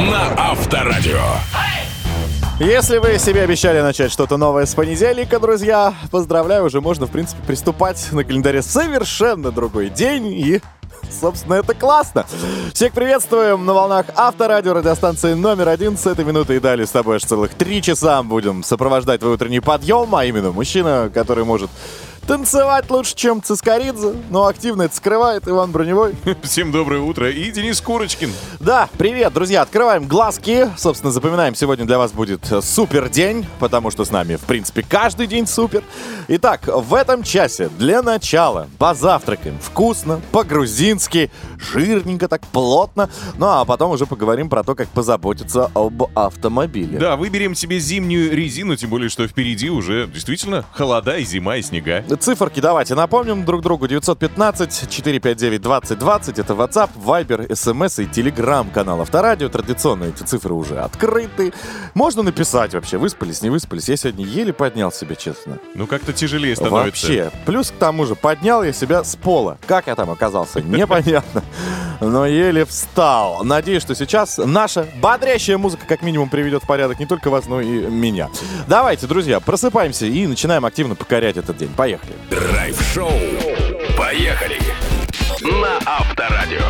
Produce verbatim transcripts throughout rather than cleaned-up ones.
на Авторадио. Если вы себе обещали начать что-то новое с понедельника, друзья, поздравляю, уже можно, в принципе, приступать на календаре совершенно другой день и... Собственно, это классно. Всех приветствуем на волнах Авторадио, радиостанции номер один. С этой минуты и далее с тобой аж целых три часа будем сопровождать твой утренний подъем, а именно мужчина, который может танцевать лучше, чем Цискоридзе, но активно это скрывает, Иван Броневой. Всем доброе утро. И Денис Курочкин. Да, привет, друзья. Открываем глазки. Собственно, запоминаем, сегодня для вас будет супер день, потому что с нами, в принципе, каждый день супер. Итак, в этом часе для начала позавтракаем вкусно, по-грузински, жирненько, так плотно. Ну, а потом уже поговорим про то, как позаботиться об автомобиле. Да, выберем себе зимнюю резину, тем более, что впереди уже действительно холода и зима, и снега. Циферки давайте напомним друг другу. девятьсот пятнадцать четыреста пятьдесят девять двадцать двадцать. Это WhatsApp, Viber, смс и Telegram-канал Авторадио. Традиционно эти цифры уже открыты. Можно написать вообще, выспались, не выспались. Я сегодня еле поднял себя, честно. Ну, как-то тяжелее становится. Вообще. Плюс к тому же поднял я себя с пола. Как я там оказался, непонятно. Но еле встал. Надеюсь, что сейчас наша бодрящая музыка как минимум приведет в порядок не только вас, но и меня. Давайте, друзья, просыпаемся и начинаем активно покорять этот день. Поехали. Драйв-шоу. Поехали. На Авторадио.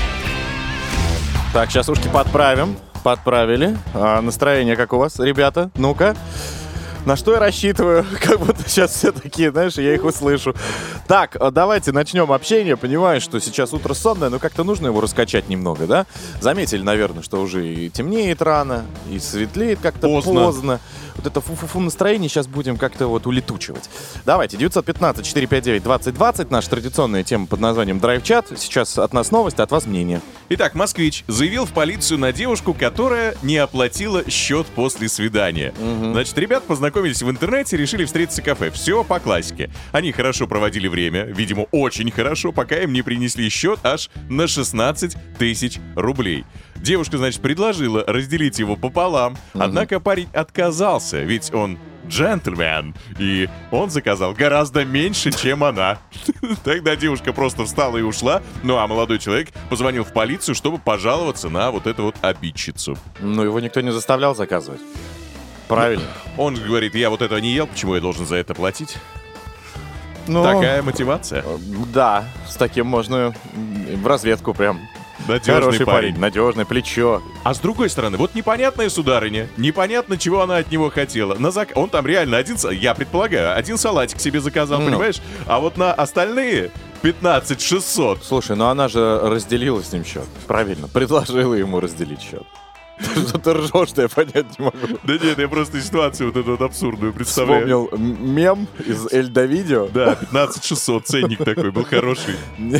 Так, сейчас ушки подправим. Подправили. А, настроение как у вас, ребята? Ну-ка. На что я рассчитываю? Как будто сейчас все такие, знаешь, я их услышу. Так, давайте начнем общение. Понимаю, что сейчас утро сонное, но как-то нужно его раскачать немного, да? Заметили, наверное, что уже и темнеет рано, и светлеет как-то поздно. поздно. Вот это фу-фу-фу настроение сейчас будем как-то вот улетучивать. Давайте, девятьсот пятнадцать четыреста пятьдесят девять двадцать двадцать, наша традиционная тема под названием «Драйв-чат». Сейчас от нас новость, от вас мнение. Итак, москвич заявил в полицию на девушку, которая не оплатила счет после свидания. Угу. Значит, ребята познакомились в интернете, решили встретиться в кафе. Все по классике. Они хорошо проводили время, видимо, очень хорошо, пока им не принесли счет аж на шестнадцать тысяч рублей. Девушка, значит, предложила разделить его пополам, угу. Однако парень отказался, ведь он джентльмен, и он заказал гораздо меньше, чем она. Тогда девушка просто встала и ушла, ну а молодой человек позвонил в полицию, чтобы пожаловаться на вот эту вот обидчицу. Ну, его никто не заставлял заказывать. Правильно. Он говорит, я вот этого не ел, почему я должен за это платить? Ну, такая мотивация. Да, с таким можно в разведку прям. Надежный Хороший парень. парень, надежное плечо. А с другой стороны, вот непонятная сударыня, непонятно, чего она от него хотела. На зак... Он там реально один, я предполагаю, один салатик себе заказал, mm. понимаешь? А вот на остальные пятнадцать шестьсот. Слушай, ну она же разделила с ним счет. Правильно, предложила ему разделить счет. Что ты ржешь, что я понять не могу. Да нет, я просто ситуацию вот эту вот абсурдную представляю. Вспомнил мем из Эльда Видео. Да, пятнадцать шестьсот, ценник такой был хороший.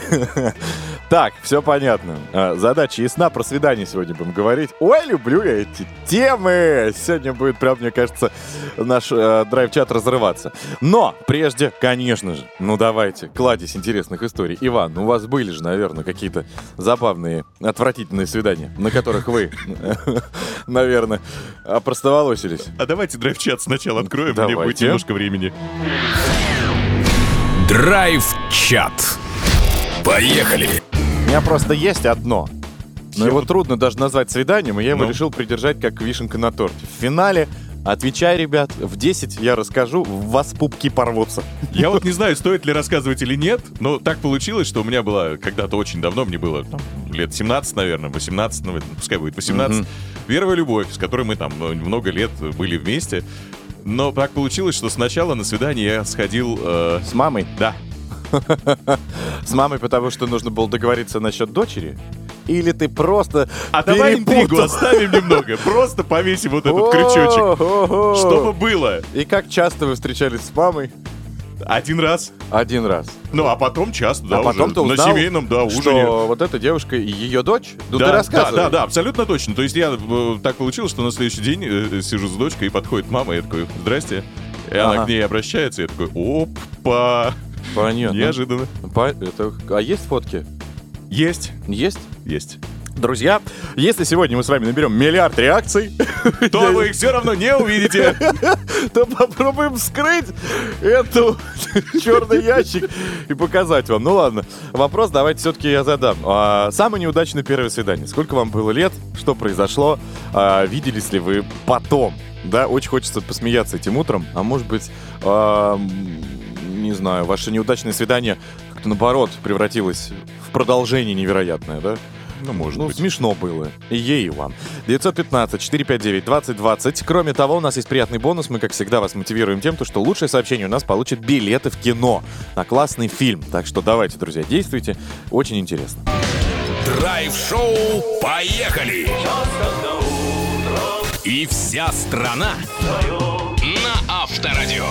Так, все понятно. Задача ясна, про свидание сегодня будем говорить. Ой, люблю я эти темы. Сегодня будет прям, мне кажется, наш э, драйв-чат разрываться. Но прежде, конечно же, ну давайте, кладезь интересных историй. Иван, у вас были же, наверное, какие-то забавные, отвратительные свидания, на которых вы... наверное, опростоволосились. А давайте драйв-чат сначала откроем, давайте. Мне будет немножко времени. Драйв-чат. Поехали. У меня просто есть одно, но Я его вот... трудно даже назвать свиданием, и я его ну? решил придержать как вишенка на торте. В финале, отвечай, ребят, в десять я расскажу, в вас пупки порвутся. Я вот не знаю, стоит ли рассказывать или нет, но так получилось, что у меня была когда-то очень давно, мне было там, лет семнадцать, наверное, восемнадцать, ну, пускай будет восемнадцать, mm-hmm. первая любовь, с которой мы там много лет были вместе. Но так получилось, что сначала на свидание я сходил... Э... С мамой? Да. С мамой, потому что нужно было договориться насчет дочери? Или ты просто А перепутал? давай интригу оставим немного. Просто повесим вот этот крючочек. Чтобы было. И как часто вы встречались с мамой? Один раз. Один раз. Ну, а потом часто, да, а потом уже ты узнал, на семейном, да, ужине. Что вот эта девушка и ее дочь? Ну, да, ты рассказывай. Да, да, да, абсолютно точно. То есть я э, так получилось, что на следующий день э, сижу с дочкой, и подходит мама, и я такой, здрасте. И ага. она к ней обращается, и я такой, опа. Понятно. Неожиданно. По... Это... А есть фотки? Есть. Есть? Есть. Друзья, если сегодня мы с вами наберем миллиард реакций, то вы их все равно не увидите. то попробуем вскрыть эту черный ящик и показать вам. Ну ладно, вопрос давайте все-таки я задам. А, самое неудачное первое свидание. Сколько вам было лет? Что произошло? А, виделись ли вы потом? Да, очень хочется посмеяться этим утром. А может быть, а, не знаю, ваше неудачное свидание как-то наоборот превратилось в продолжение невероятное, да? Ну, может Ну, быть. смешно было. И ей, и вам. девятьсот пятнадцать четыреста пятьдесят девять двадцать двадцать. Кроме того, у нас есть приятный бонус. Мы, как всегда, вас мотивируем тем, что лучшее сообщение у нас получит билеты в кино на классный фильм. Так что давайте, друзья, действуйте. Очень интересно. Драйв-шоу «Поехали!» И вся страна на Авторадио.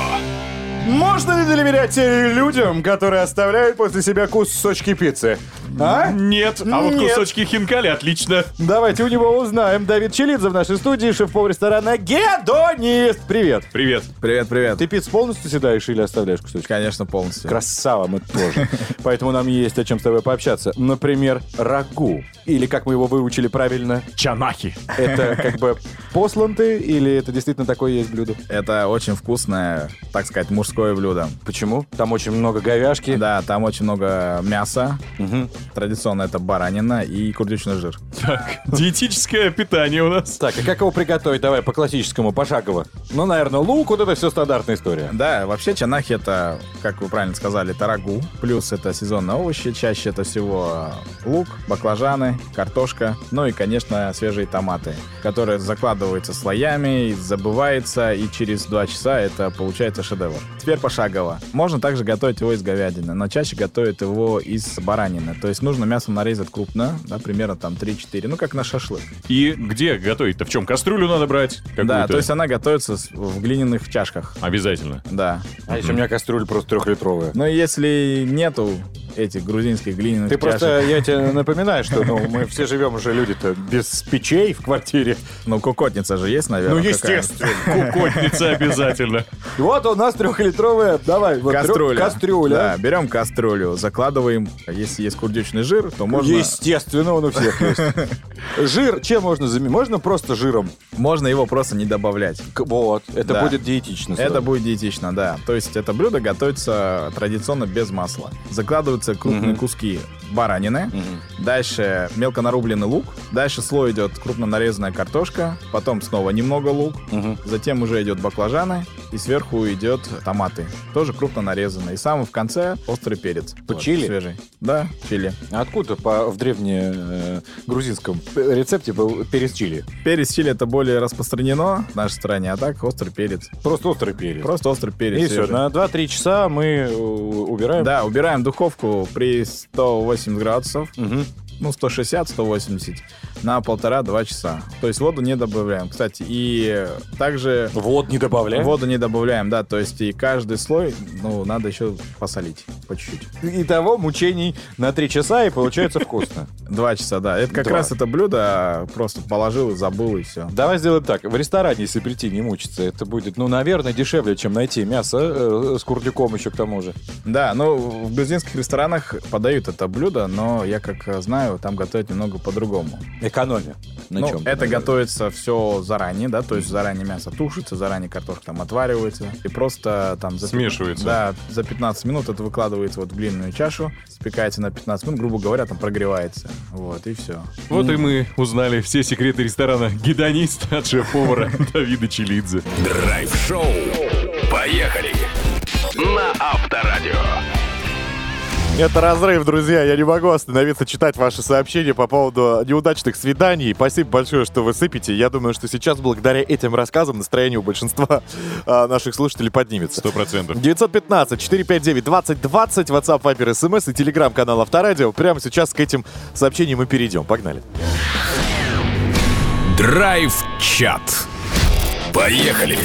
Можно ли доверять людям, которые оставляют после себя кусочки пиццы? А? Нет, а вот Нет. кусочки хинкали отлично. Давайте у него узнаем. Давид Челидзе в нашей студии, шеф-повар ресторана «Гедонист». Привет. Привет. Привет, привет. Ты пиццу полностью съедаешь или оставляешь кусочки? Конечно, полностью. Красава, мы тоже. Поэтому нам есть о чем с тобой пообщаться. Например, рагу. Или, как мы его выучили правильно, Чанахи. это как бы послан ты, или это действительно такое есть блюдо? Это очень вкусное, так сказать, мужское блюдо. Почему? Там очень много говяжки. Да, там очень много мяса. Мгм. Традиционно это баранина и курдючный жир. Так, диетическое питание у нас. Так, а как его приготовить? Давай по классическому, пошагово. Ну, наверное, лук, вот это все стандартная история. Да, вообще чанахи это, как вы правильно сказали, это рагу. Плюс это сезонные овощи. Чаще это всего лук, баклажаны, картошка. Ну и, конечно, свежие томаты, которые закладываются слоями, и забывается, и через два часа это получается шедевр. Теперь пошагово. Можно также готовить его из говядины, но чаще готовят его из баранины. То есть нужно мясо нарезать крупно, да, примерно там три-четыре, ну как на шашлык. И где готовить-то? В чем? Кастрюлю надо брать? Да, Какую-то? то есть она готовится с- в глиняных чашках. Обязательно. Да. А если у меня кастрюля просто трехлитровая? Но если нету этих грузинских глиняных Ты чашек, просто, я тебе напоминаю, что ну, мы все живем уже, люди-то, без печей в квартире. ну кукотница же есть, наверное. Ну, какая-то. естественно. Кукотница обязательно. Вот у нас трехлитровая, давай, вот трё- Кастрюля. кастрюля. Да, берем кастрюлю, закладываем, если есть курдючный жир, то можно, Естественно, он у всех есть. Жир чем можно заменить? Можно просто жиром? можно его просто не добавлять. К- Вот, это Да. будет диетично. Это сразу. будет диетично, да. То есть это блюдо готовится традиционно без масла. Закладываются крупные Мгм. куски баранины, Мгм. дальше мелко нарубленный лук, дальше слой идет крупно нарезанная картошка, потом снова немного лук, Мгм. затем уже идет баклажаны, и сверху идет томаты, тоже крупно нарезанные. И самый в конце острый перец. По чили? Свежий. Да, чили. А откуда по, в древнегрузинском рецепте был перец чили? Перец чили это более распространено в нашей стране, а так острый перец. Просто острый перец. Просто острый перец. И все, свежий. на два-три часа мы э, убираем. Да, убираем духовку при сто восемьдесят градусов, Мгм. ну, сто шестьдесят - сто восемьдесят на полтора-два часа. То есть воду не добавляем. Кстати, и также Вод не добавляем. воду не добавляем, да, то есть и каждый слой, ну, надо еще посолить по чуть-чуть. Итого мучений на три часа, и получается вкусно. Два часа, да. Это как Два. раз это блюдо просто положил и забыл, и все. Давай сделаем так. В ресторане, если прийти, не мучиться, это будет, ну, наверное, дешевле, чем найти мясо э, с курдюком еще к тому же. Да, ну, в грузинских ресторанах подают это блюдо, но я как э, знаю, там готовят немного по-другому. Экономия. На Ну, чем? это наверное. готовится все заранее, да, то есть заранее мясо тушится, заранее картошка там отваривается, и просто там... За Смешивается. Да, за пятнадцать минут это выкладывается вот в глиняную чашу, спекается на пятнадцать минут, грубо говоря, там прогревается. Вот, и все. Вот и мы узнали все секреты ресторана «Гедонист» от шеф-повара Давида Челидзе. Драйв-шоу. Поехали. На Авторадио. Это разрыв, друзья. Я не могу остановиться читать ваши сообщения по поводу неудачных свиданий. Спасибо большое, что вы сыпете. Я думаю, что сейчас, благодаря этим рассказам, настроение у большинства а, наших слушателей поднимется. Сто процентов. девятьсот пятнадцать четыреста пятьдесят девять двадцать двадцать, WhatsApp, Viber, СМС и телеграм-канал Авторадио. Прямо сейчас к этим сообщениям мы перейдем. Погнали. Драйв-чат. Поехали.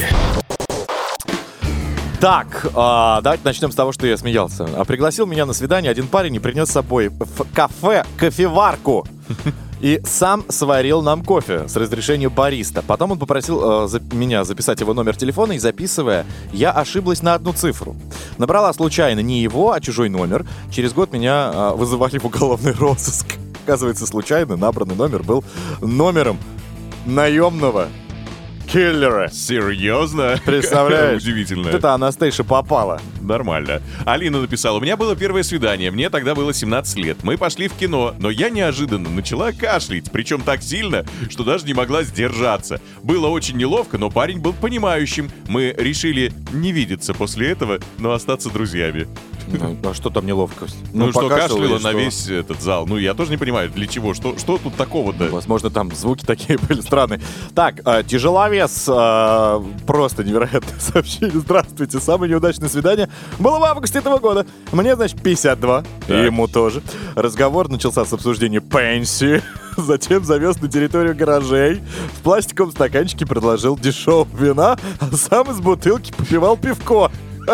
Так, а, давайте начнем с того, что я смеялся. А, пригласил меня на свидание один парень и принес с собой в кафе кофеварку. И сам сварил нам кофе с разрешения бариста. Потом он попросил э, за, меня записать его номер телефона, и записывая, я ошиблась на одну цифру. Набрала случайно не его, а чужой номер. Через год меня э, вызывали в уголовный розыск. оказывается, случайно набранный номер был номером наемного киллера. Серьезно? Представляешь? Удивительно. Это Анастейша попала. Нормально. Алина написала: у меня было первое свидание, мне тогда было семнадцать лет. Мы пошли в кино, но я неожиданно начала кашлять, причем так сильно, что даже не могла сдержаться. Было очень неловко, но парень был понимающим. Мы решили не видеться после этого, но остаться друзьями. Ну, а что там неловкость? Ну, ну что, покашляла, кашляла и на что? весь этот зал. Ну, я тоже не понимаю, для чего, что, что тут такого-то? Ну, возможно, там звуки такие были странные. Так, э, тяжеловес, э, просто невероятное сообщение. Здравствуйте, самое неудачное свидание было в августе этого года. Мне, значит, пятьдесят два, и ему тоже. Разговор начался с обсуждения пенсии. Затем завез на территорию гаражей. В пластиковом стаканчике предложил дешевого вина, а сам из бутылки попивал пивко.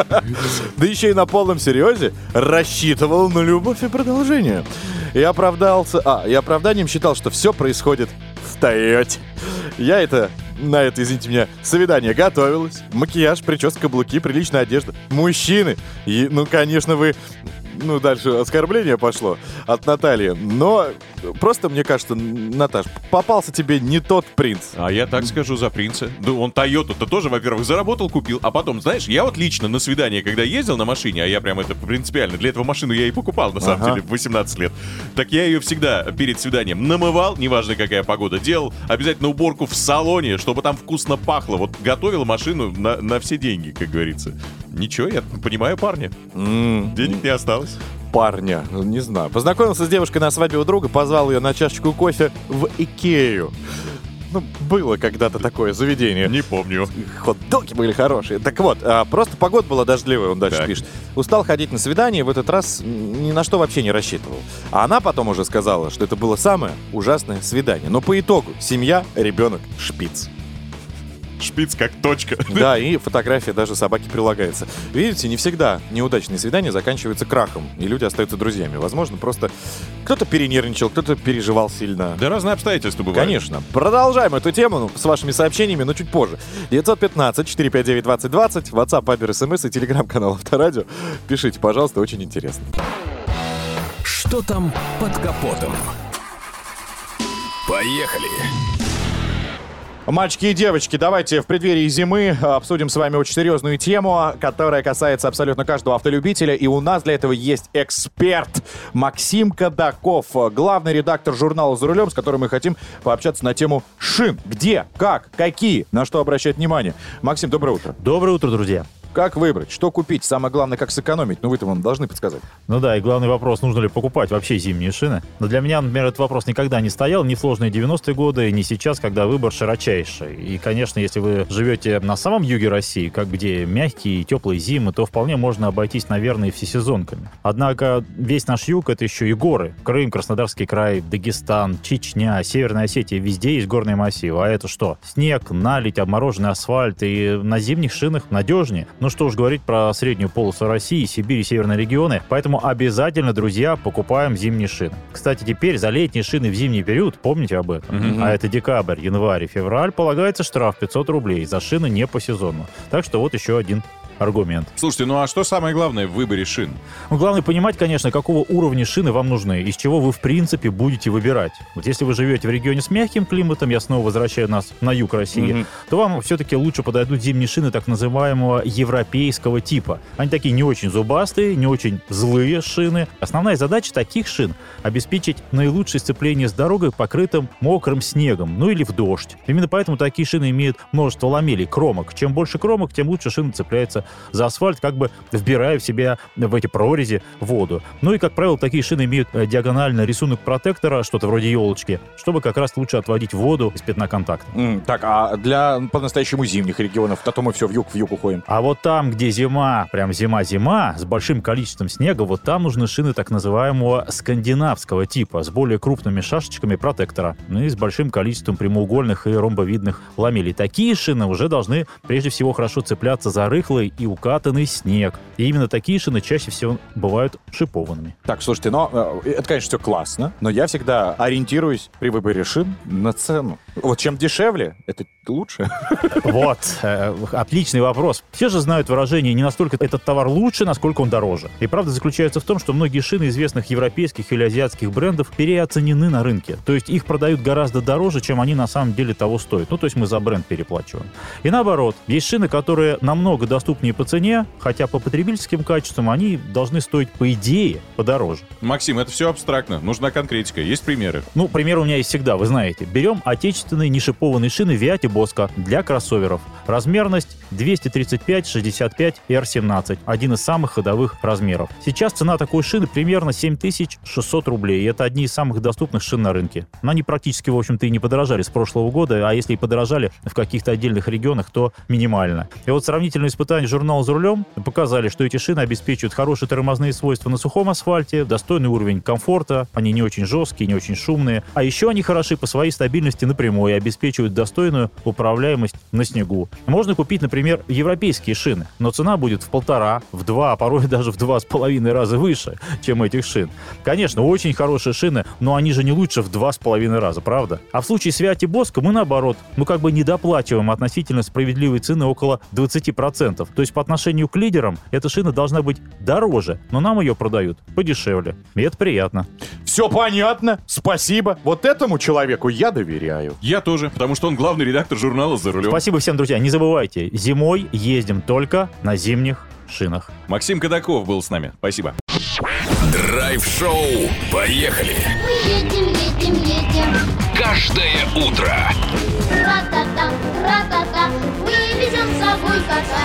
Да еще и на полном серьезе рассчитывал на любовь и продолжение. И оправдался... А, и оправданием считал, что все происходит в Тойоте. Я это... На это, извините меня, свидание готовилась. Макияж, прическа, каблуки, приличная одежда. Мужчины. И, ну, конечно, вы... Ну, дальше оскорбление пошло от Натальи. Но просто, мне кажется, Наташ, попался тебе не тот принц. А я так скажу за принца. Да он Тойоту-то тоже, во-первых, заработал, купил. А потом, знаешь, я вот лично на свидание, когда ездил на машине, а я прям это принципиально, для этого машину я и покупал, на самом Ага. деле, в восемнадцать лет. Так я ее всегда перед свиданием намывал, неважно какая погода, делал обязательно уборку в салоне, чтобы там вкусно пахло. Вот готовил машину на, на все деньги, как говорится. Ничего, я понимаю парня. М, Денег не осталось. Парня, ну, не знаю. Познакомился с девушкой на свадьбе у друга, позвал ее на чашечку кофе в Икею. Ну, было когда-то такое заведение. Не помню. Хот-доги были хорошие. Так вот, а, просто погода была дождливая, он дальше Так. пишет. Устал ходить на свидание, в этот раз ни на что вообще не рассчитывал. А она потом уже сказала, что это было самое ужасное свидание. Но по итогу семья, ребенок, шпиц. Шпиц как точка. Да, и фотография даже собаки прилагается. Видите, не всегда неудачные свидания заканчиваются крахом, и люди остаются друзьями. Возможно, просто кто-то перенервничал, кто-то переживал сильно. Да разные обстоятельства бывают. Конечно. Продолжаем эту тему ну, с вашими сообщениями, но чуть позже. девятьсот пятнадцать четыреста пятьдесят девять двадцать двадцать, WhatsApp, Viber, эс эм эс и телеграм-канал Авторадио. Пишите, пожалуйста, очень интересно. Что там под капотом? Поехали! Мальчики и девочки, давайте в преддверии зимы обсудим с вами очень серьезную тему, которая касается абсолютно каждого автолюбителя. И у нас для этого есть эксперт Максим Кадаков, главный редактор журнала «За рулем», с которым мы хотим пообщаться на тему шин. Где, как, какие, на что обращать внимание. Максим, доброе утро. Доброе утро, друзья. Как выбрать, что купить? Самое главное, как сэкономить. Ну, вы-то вам должны подсказать. Ну да, и главный вопрос, нужно ли покупать вообще зимние шины. Но для меня, например, этот вопрос никогда не стоял, ни в сложные девяностые годы, ни сейчас, когда выбор широчайший. И, конечно, если вы живете на самом юге России, как где мягкие и теплые зимы, то вполне можно обойтись, наверное, и всесезонками. Однако весь наш юг — это еще и горы. Крым, Краснодарский край, Дагестан, Чечня, Северная Осетия — везде есть горные массивы. А это что? Снег, наледь, обмороженный асфальт, и на зимних шинах надежнее. Ну что уж говорить про среднюю полосу России, Сибирь и северные регионы. Поэтому обязательно, друзья, покупаем зимние шины. Кстати, теперь за летние шины в зимний период, помните об этом? Мгм. А это декабрь, январь и февраль, полагается штраф пятьсот рублей за шины не по сезону. Так что вот еще один аргумент. Слушайте, ну а что самое главное в выборе шин? Ну, главное понимать, конечно, какого уровня шины вам нужны, из чего вы, в принципе, будете выбирать. Вот если вы живете в регионе с мягким климатом, я снова возвращаю нас на юг России, Мгм. то вам все-таки лучше подойдут зимние шины так называемого европейского типа. Они такие не очень зубастые, не очень злые шины. Основная задача таких шин — обеспечить наилучшее сцепление с дорогой, покрытым мокрым снегом, ну или в дождь. Именно поэтому такие шины имеют множество ламелей, кромок. Чем больше кромок, тем лучше шина цепляется за асфальт, как бы вбирая в себя в эти прорези воду. Ну и, как правило, такие шины имеют э, диагональный рисунок протектора, что-то вроде елочки, чтобы как раз лучше отводить воду из пятна контакта. М, так, а для по-настоящему зимних регионов, то мы все в юг, в юг уходим. А вот там, где зима, прям зима-зима, с большим количеством снега, вот там нужны шины так называемого скандинавского типа, с более крупными шашечками протектора, ну и с большим количеством прямоугольных и ромбовидных ламелей. Такие шины уже должны, прежде всего, хорошо цепляться за рыхлый и укатанный снег. И именно такие шины чаще всего бывают шипованными. Так, слушайте, но э, это, конечно, все классно, но я всегда ориентируюсь при выборе шин на цену. Вот чем дешевле, это лучше. Вот, э, отличный вопрос. Все же знают выражение «не настолько этот товар лучше, насколько он дороже». И правда заключается в том, что многие шины известных европейских или азиатских брендов переоценены на рынке. То есть их продают гораздо дороже, чем они на самом деле того стоят. Ну, то есть мы за бренд переплачиваем. И наоборот, есть шины, которые намного доступнее по цене, хотя по потребительским качествам они должны стоить, по идее, подороже. Максим, это все абстрактно. Нужна конкретика. Есть примеры? Ну, пример у меня есть всегда, вы знаете. Берем отечественные нешипованные шины Виати Боско для кроссоверов. Размерность двести тридцать пять шестьдесят пять эр семнадцать. Один из самых ходовых размеров. Сейчас цена такой шины примерно семь тысяч шестьсот рублей. И это одни из самых доступных шин на рынке. Но они практически, в общем-то, и не подорожали с прошлого года. А если и подорожали в каких-то отдельных регионах, то минимально. И вот сравнительные испытания журнала «За рулем» показали, что эти шины обеспечивают хорошие тормозные свойства на сухом асфальте, достойный уровень комфорта, они не очень жесткие, не очень шумные. А еще они хороши по своей стабильности на прямой и обеспечивают достойную управляемость на снегу. Можно купить, например, европейские шины, но цена будет в полтора, в два, а порой даже в два с половиной раза выше, чем этих шин. Конечно, очень хорошие шины, но они же не лучше в два с половиной раза, правда? А в случае с Виати Боско мы наоборот, мы как бы недоплачиваем относительно справедливой цены около двадцать процентов. То есть по отношению к лидерам эта шина должна быть дороже, но нам ее продают подешевле. И это приятно. Все понятно, спасибо. Вот этому человеку я доверяю. Я тоже, потому что он главный редактор журнала «За рулем». Спасибо всем, друзья. Не забывайте, зимой ездим только на зимних шинах. Максим Кадаков был с нами. Спасибо. Драйв-шоу. Поехали. Мы едем, едем, едем. Каждое утро. Ра-та-та, ра-та-та. Мы везем с собой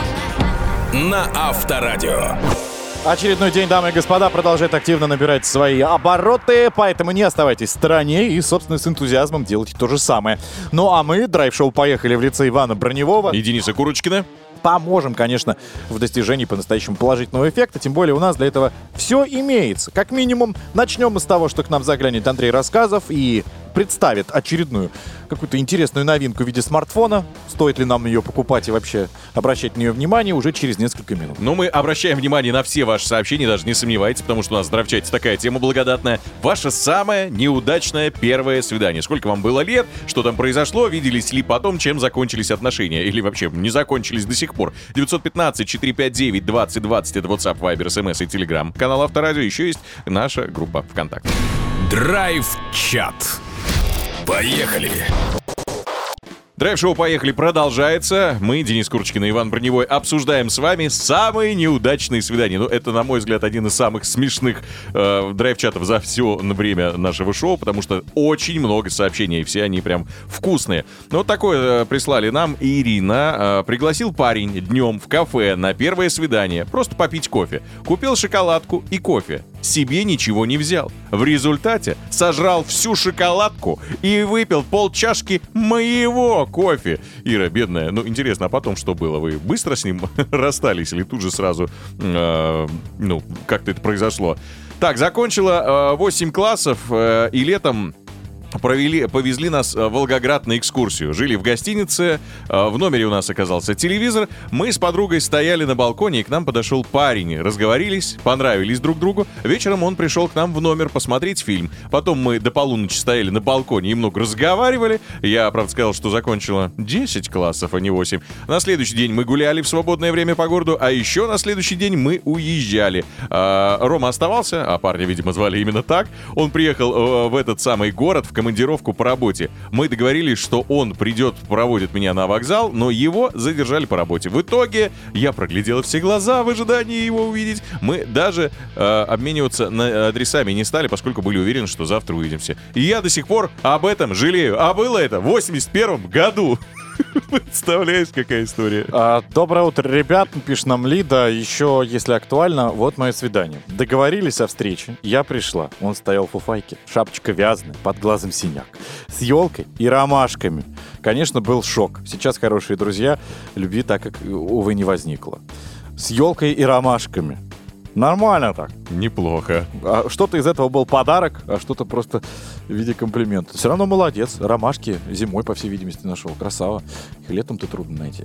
кота. На Авторадио. Очередной день, дамы и господа, продолжает активно набирать свои обороты, поэтому не оставайтесь в стороне и, собственно, с энтузиазмом делайте то же самое. Ну а мы, драйв-шоу «Поехали» в лице Ивана Броневого. И Дениса Курочкина. Поможем, конечно, в достижении по-настоящему положительного эффекта, тем более у нас для этого все имеется. Как минимум, начнем мы с того, что к нам заглянет Андрей Рассказов и представит очередную какую-то интересную новинку в виде смартфона. Стоит ли нам ее покупать и вообще обращать на нее внимание уже через несколько минут. Но мы обращаем внимание на все ваши сообщения, даже не сомневайтесь, потому что у нас в драйв-чате такая тема благодатная. Ваше самое неудачное первое свидание. Сколько вам было лет, что там произошло, виделись ли потом, чем закончились отношения, или вообще не закончились до сих пор. девятьсот пятнадцать четыреста пятьдесят девять двадцать двадцать это WhatsApp, Viber, эс эм эс и Telegram. Канал Авторадио, еще есть наша группа ВКонтакте. Драйв-чат. Поехали. Драйв-шоу «Поехали» продолжается. Мы, Денис Курочкин и Иван Броневой, обсуждаем с вами самые неудачные свидания. Ну, это, на мой взгляд, один из самых смешных э, драйв-чатов за все время нашего шоу, потому что очень много сообщений, и все они прям вкусные. Ну, вот такое э, прислали нам Ирина. Э, пригласил парень днем в кафе на первое свидание. Просто попить кофе. Купил шоколадку и кофе. Себе ничего не взял. В результате сожрал всю шоколадку и выпил полчашки моего кофе. Ира, бедная, ну интересно, а потом что было? Вы быстро с ним расстались или тут же сразу, э, ну, как-то это произошло? Так, закончила э, восемь классов э, и летом Провели, повезли нас в Волгоград на экскурсию. Жили в гостинице, в номере у нас оказался телевизор. Мы с подругой стояли на балконе, и к нам подошел парень. Разговорились, понравились друг другу. Вечером он пришел к нам в номер посмотреть фильм. Потом мы до полуночи стояли на балконе и много разговаривали. Я, правда, сказал, что закончила десять классов, а не восемь. На следующий день мы гуляли в свободное время по городу, а еще на следующий день мы уезжали. Рома оставался, а парня, видимо, звали именно так. Он приехал в этот самый город, в командировку по работе. Мы договорились, что он придет, проводит меня на вокзал, но его задержали по работе. В итоге я проглядел все глаза в ожидании его увидеть. Мы даже э, обмениваться на адресами не стали, поскольку были уверены, что завтра увидимся. И я до сих пор об этом жалею. А было это в восемьдесят первом году. Представляешь, какая история? А, доброе утро, ребят, пишет нам Лида. Еще, если актуально, вот мое свидание. Договорились о встрече, я пришла. Он стоял в фуфайке, шапочка вязаная, под глазом синяк, с елкой и ромашками. Конечно, был шок. Сейчас, хорошие друзья, любви так, как, увы, не возникло. С елкой и ромашками. Нормально так. Неплохо. А что-то из этого был подарок, а что-то просто в виде комплимента. Все равно молодец. Ромашки зимой, по всей видимости, нашел. Красава. Их летом-то трудно найти.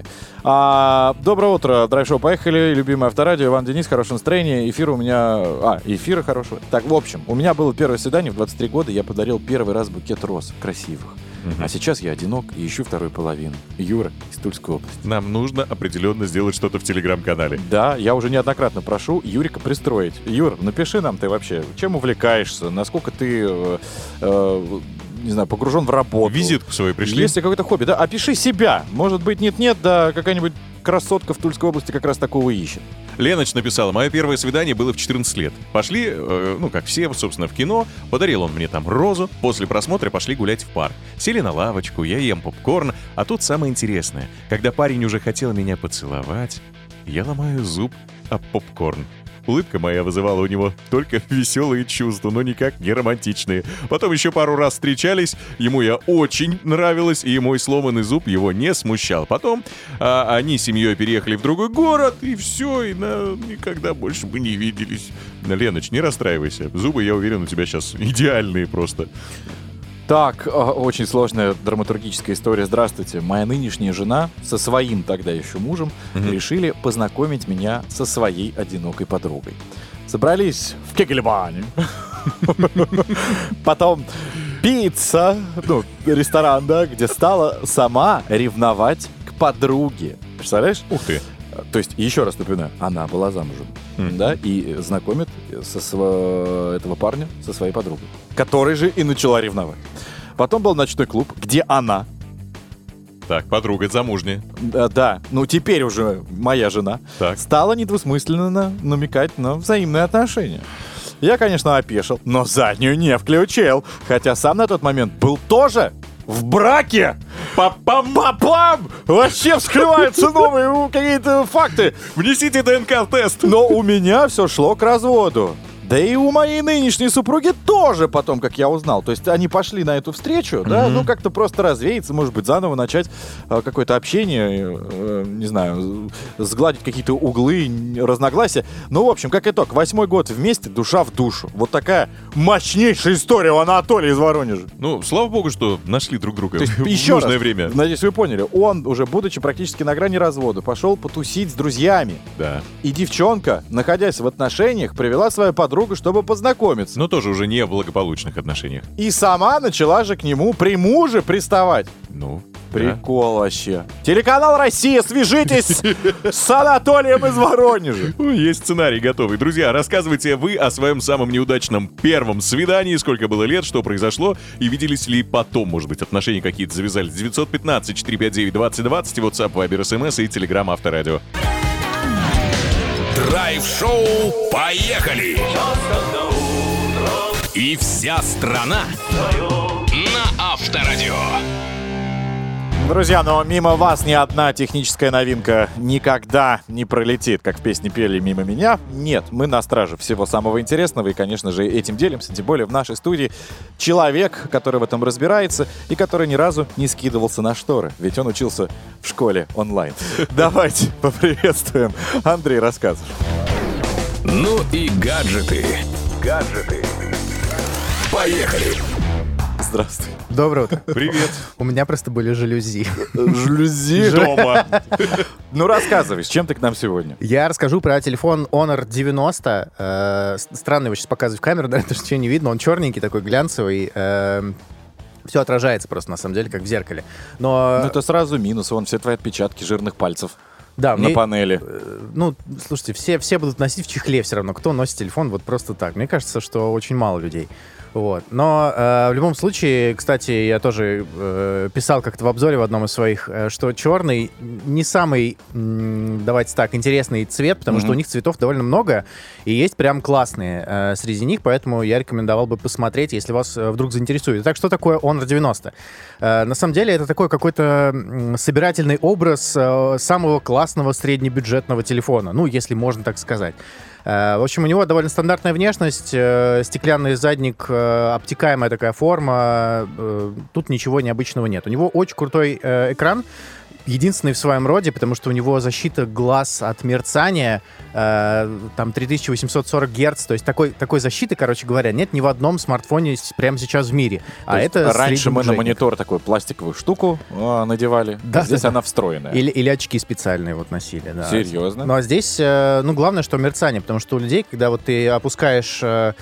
А, доброе утро. Драйв-шоу «Поехали». Любимое Авторадио. Иван, Денис. Хорошее настроение. Эфир у меня... А, эфира хорошего. Так, в общем, у меня было первое свидание в двадцать три года. Я подарил первый раз букет роз. Красивых. А сейчас я одинок и ищу вторую половину. Юра из Тульской области. Нам нужно определенно сделать что-то в Телеграм-канале. Да, я уже неоднократно прошу Юрика пристроить. Юр, напиши нам ты вообще, чем увлекаешься, насколько ты, э, э, не знаю, погружен в работу. Визитку свою пришли. Есть ли какое-то хобби, да? Опиши себя. Может быть, нет-нет, да какая-нибудь красотка в Тульской области как раз такого ищет. Леноч написала: мое первое свидание было в четырнадцать лет. Пошли, э, ну, как все, собственно, в кино. Подарил он мне там розу. После просмотра пошли гулять в парк. Сели на лавочку, я ем попкорн. А тут самое интересное. Когда парень уже хотел меня поцеловать, я ломаю зуб об попкорн. Улыбка моя вызывала у него только веселые чувства, но никак не романтичные. Потом еще пару раз встречались, ему я очень нравилась, и мой сломанный зуб его не смущал. Потом а, они с семьей переехали в другой город, и все, и на... никогда больше мы не виделись. Леноч, не расстраивайся, зубы, я уверен, у тебя сейчас идеальные просто. Так, очень сложная драматургическая история. Здравствуйте. Моя нынешняя жена со своим тогда еще мужем mm-hmm. решили познакомить меня со своей одинокой подругой. Собрались в Кегельбане. Потом пицца, ну, ресторан, да, где стала сама ревновать к подруге. Представляешь? Ух ты. То есть, еще раз напоминаю, она была замужем, mm-hmm. да, и знакомит со сво... этого парня со своей подругой, которой же и начала ревновать. Потом был ночной клуб, где она... Так, подруга замужняя. Да, да, ну теперь уже моя жена так. стала недвусмысленно намекать на взаимные отношения. Я, конечно, опешил, но заднюю не включил, хотя сам на тот момент был тоже... в браке! Пам-пам-пам-пам! Вообще вскрываются новые какие-то факты. Внесите ДНК-тест. Но у меня все шло к разводу. Да и у моей нынешней супруги тоже потом, как я узнал. То есть они пошли на эту встречу, mm-hmm. да, ну как-то просто развеяться, может быть, заново начать э, какое-то общение, э, не знаю, сгладить какие-то углы, разногласия. Ну, в общем, как итог, восьмой год вместе, душа в душу. Вот такая мощнейшая история у Анатолия из Воронежа. Ну, слава богу, что нашли друг друга То есть, в еще нужное раз, время. Надеюсь, вы поняли. Он, уже будучи практически на грани развода, пошел потусить с друзьями. Да. И девчонка, находясь в отношениях, привела свою подругу, чтобы познакомиться. Но тоже уже не в благополучных отношениях. И сама начала же к нему при муже приставать. Ну, прикол да. вообще. Телеканал «Россия», свяжитесь с Анатолием из Воронежа. Есть сценарий готовый. Друзья, рассказывайте вы о своем самом неудачном первом свидании, сколько было лет, что произошло, и виделись ли потом, может быть, отношения какие-то завязались. девятьсот пятнадцать четыреста пятьдесят девять двадцать двадцать, WhatsApp, Viber, эс эм эс и Telegram Авторадио. Драйв-шоу «Поехали!» И вся страна на Авторадио. Друзья, но мимо вас ни одна техническая новинка никогда не пролетит, как в песне пели «Мимо меня». Нет, мы на страже всего самого интересного, и, конечно же, этим делимся. Тем более в нашей студии человек, который в этом разбирается и который ни разу не скидывался на шторы, ведь он учился в школе онлайн. Давайте поприветствуем. Андрей, рассказывай. Ну и гаджеты. Гаджеты. Поехали. Здравствуй. Доброе утро. Привет. У меня просто были жалюзи. Жалюзи дома. Ну, рассказывай, с чем ты к нам сегодня? Я расскажу про телефон Honor девяносто. Э, странно его сейчас показывать в камеру, да, потому что ничего не видно. Он черненький, такой глянцевый. Э, все отражается просто, на самом деле, как в зеркале. Но... Ну, это сразу минус. Вон все твои отпечатки жирных пальцев. Да, на мне, панели. Э, ну, слушайте, все, все будут носить в чехле все равно. Кто носит телефон вот просто так? Мне кажется, что очень мало людей. Вот. Но э, в любом случае, кстати, я тоже э, писал как-то в обзоре в одном из своих, э, что черный не самый, м, давайте так, интересный цвет, потому mm-hmm. что у них цветов довольно много, и есть прям классные э, среди них, поэтому я рекомендовал бы посмотреть, если вас э, вдруг заинтересует. Итак, что такое Honor девяносто? Э, на самом деле это такой какой-то м, собирательный образ э, самого классного среднебюджетного телефона, ну, если можно так сказать. В общем, у него довольно стандартная внешность, стеклянный задник, обтекаемая такая форма, тут ничего необычного нет. У него очень крутой экран, единственный в своем роде, потому что у него защита глаз от мерцания, э, там три тысячи восемьсот сорок герц, то есть такой, такой защиты, короче говоря, нет ни в одном смартфоне прямо сейчас в мире. То а это раньше мы на монитор такую пластиковую штуку э, надевали, да, а здесь да, она встроенная. Или, или очки специальные вот носили. Да. Серьезно? Ну а здесь, э, ну главное, что мерцание, потому что у людей, когда вот ты опускаешь... Э,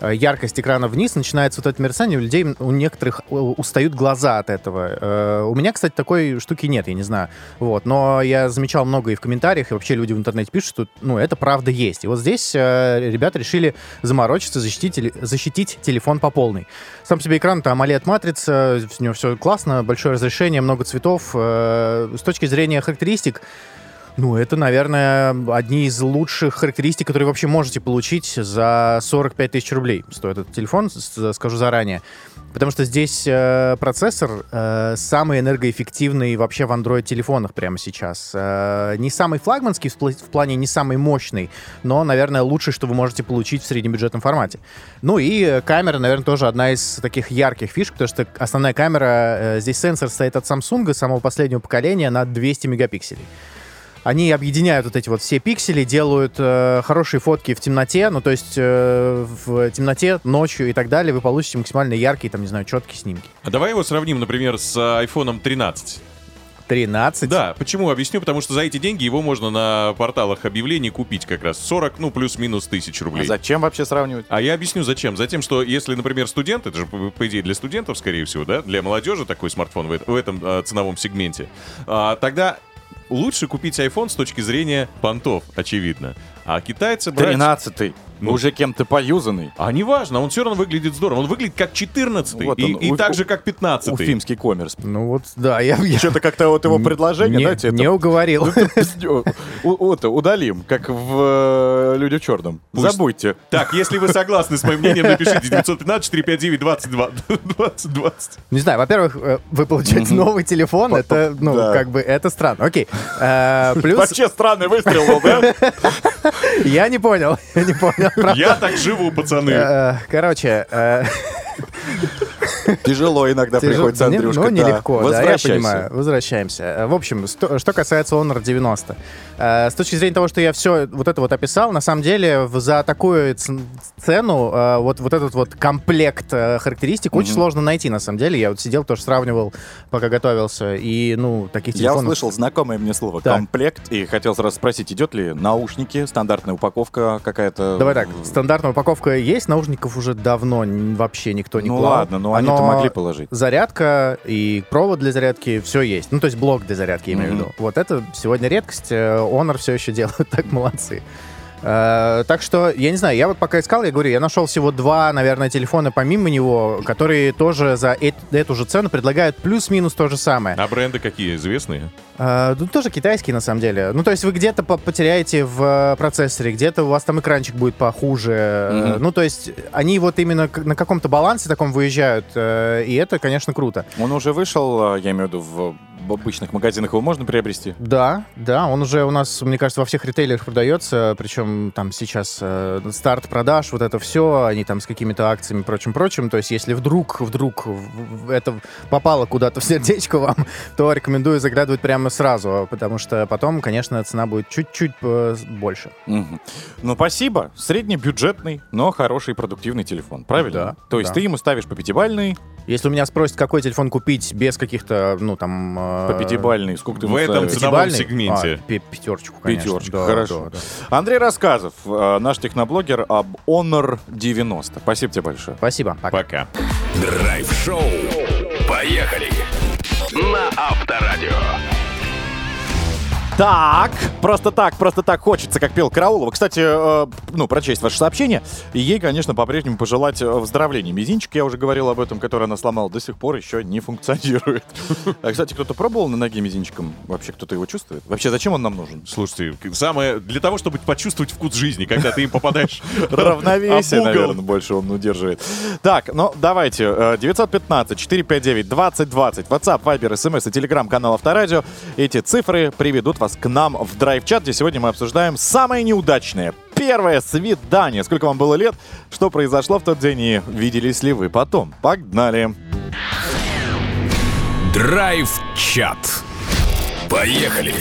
э, яркость экрана вниз, начинается вот это мерцание, у людей, у некоторых э, устают глаза от этого. Э, у меня, кстати, такой штуки нет, я не знаю. Вот. Но я замечал много и в комментариях, и вообще люди в интернете пишут, что ну, это правда есть. И вот здесь э, ребята решили заморочиться, защитить, теле- защитить телефон по полной. Сам по себе экран, там AMOLED-матрица, у него все классно, большое разрешение, много цветов. Э, с точки зрения характеристик, ну, это, наверное, одни из лучших характеристик, которые вы вообще можете получить за сорок пять тысяч рублей. Стоит этот телефон, с- скажу заранее. Потому что здесь э, процессор э, самый энергоэффективный вообще в Android-телефонах прямо сейчас. Э, не самый флагманский в, пла- в плане, не самый мощный, но, наверное, лучшее, что вы можете получить в среднебюджетном формате. Ну и э, камера, наверное, тоже одна из таких ярких фишек, потому что основная камера, э, здесь сенсор стоит от Samsung самого последнего поколения на двести мегапикселей. Они объединяют вот эти вот все пиксели, делают э, хорошие фотки в темноте, ну, то есть э, в темноте, ночью и так далее вы получите максимально яркие, там, не знаю, четкие снимки. А давай его сравним, например, с айфоном тринадцать. тринадцать? Да, почему? Объясню, потому что за эти деньги его можно на порталах объявлений купить как раз сорок, ну, плюс-минус тысяч рублей. А зачем вообще сравнивать? А я объясню, зачем. Затем, что если, например, студент, это же, по, по идее, для студентов, скорее всего, да, для молодежи такой смартфон в, в этом э, ценовом сегменте, а, тогда лучше купить iPhone с точки зрения понтов, очевидно. А китайцы брать... тринадцатый. Ну. Уже кем-то поюзанный. А неважно, он все равно выглядит здорово. Он выглядит как четырнадцатый Вот и, он, и у- так же, как пятнадцатый. Уфимский коммерс. Ну вот, да, я... я... Что-то как-то вот его предложение, не, дайте не это... уговорил. У- у- это, удалим, как в э, «Люди в черном». Пусть. Забудьте. Так, если вы согласны с моим мнением, напишите девятьсот пятнадцать четыреста пятьдесят девять двадцать два двадцать двадцать. Не знаю, во-первых, э, вы получаете новый телефон, это, ну, Да. как бы, это странно. Окей. Э, Плюс, Вообще странный выстрел был, да? я не понял, я не понял. правда. Я так живу, пацаны. Э, Короче, э, Тяжело иногда тяжело- приходится, не- Андрюшка. Ну, да. нелегко, да, я Возвращайся. понимаю. Возвращаемся. Э, В общем, сто- что касается Honor девяносто. э, С точки зрения того, что я все вот это вот описал, на самом деле в- за такую ц- цену э, вот, вот этот вот комплект э, характеристик очень сложно найти, на самом деле. Я вот сидел, тоже сравнивал, пока готовился, и, ну, таких Я телефонов... услышал знакомое мне слово Так. «комплект» и хотел сразу спросить, идет ли наушники, стандартная упаковка какая-то? Давай так, стандартная упаковка есть, наушников уже давно н- вообще никто не Ну клал. ладно, но они-то Но могли положить. Зарядка и провод для зарядки, все есть. Ну, то есть блок для зарядки, я имею в Мгм. виду. Вот это сегодня редкость. э, Honor все еще делают, так молодцы. Э, так что, я не знаю, я вот пока искал, я говорю, я нашел всего два, наверное, телефона помимо него, которые тоже за эт- эту же цену предлагают плюс-минус то же самое. А бренды какие известные? Э, ну, тоже китайские, на самом деле. Ну, то есть вы где-то по- потеряете в э, процессоре, где-то у вас там экранчик будет похуже. Э, Мгм. Ну, то есть они вот именно к- на каком-то балансе таком выезжают, э, и это, конечно, круто. Он уже вышел, я имею в виду, в в обычных магазинах его можно приобрести? Да, да, он уже у нас, мне кажется, во всех ритейлерах продается, причем там сейчас э, старт продаж, вот это все, они там с какими-то акциями и прочим-прочим. То есть если вдруг, вдруг в- в это попало куда-то в сердечко вам, то рекомендую заглядывать прямо сразу, потому что потом, конечно, цена будет чуть-чуть э, больше. Мгм. Ну, спасибо. Среднебюджетный, но хороший продуктивный телефон, правильно? Да, То есть да. ты ему ставишь по пятибалльный, Если у меня спросят, какой телефон купить без каких-то, ну, там... э, по пятибалльный, сколько ты В ему этом ставишь? ценовом пятибалльный? сегменте. А, пи- пятерочку, конечно. Пятерочку, Да, хорошо. да, да. Андрей Рассказов, э, наш техноблогер об Honor девяносто. Спасибо тебе большое. Спасибо. Пока. Пока. Драйв-шоу. Поехали. На Авторадио. Так, просто так, просто так хочется, как пел Караулова. Кстати, э, ну, прочесть ваше сообщение. И ей, конечно, по-прежнему пожелать э, выздоровления. Мизинчик, я уже говорил об этом, который она сломала, до сих пор еще не функционирует. А, кстати, кто-то пробовал на ноге мизинчиком? Вообще кто-то его чувствует? Вообще, зачем он нам нужен? Слушайте, самое для того, чтобы почувствовать вкус жизни, когда ты им попадаешь Равновесие, об угол. наверное, больше он удерживает. Так, ну давайте. э, девятьсот пятнадцать четыреста пятьдесят девять двадцать двадцать. WhatsApp, Viber, смс и телеграм-канал Авторадио. Эти цифры приведут вас к нам в драйв-чат, где сегодня мы обсуждаем самое неудачное. Первое свидание. Сколько вам было лет? Что произошло в тот день и виделись ли вы потом? Погнали. Драйв-чат. Поехали.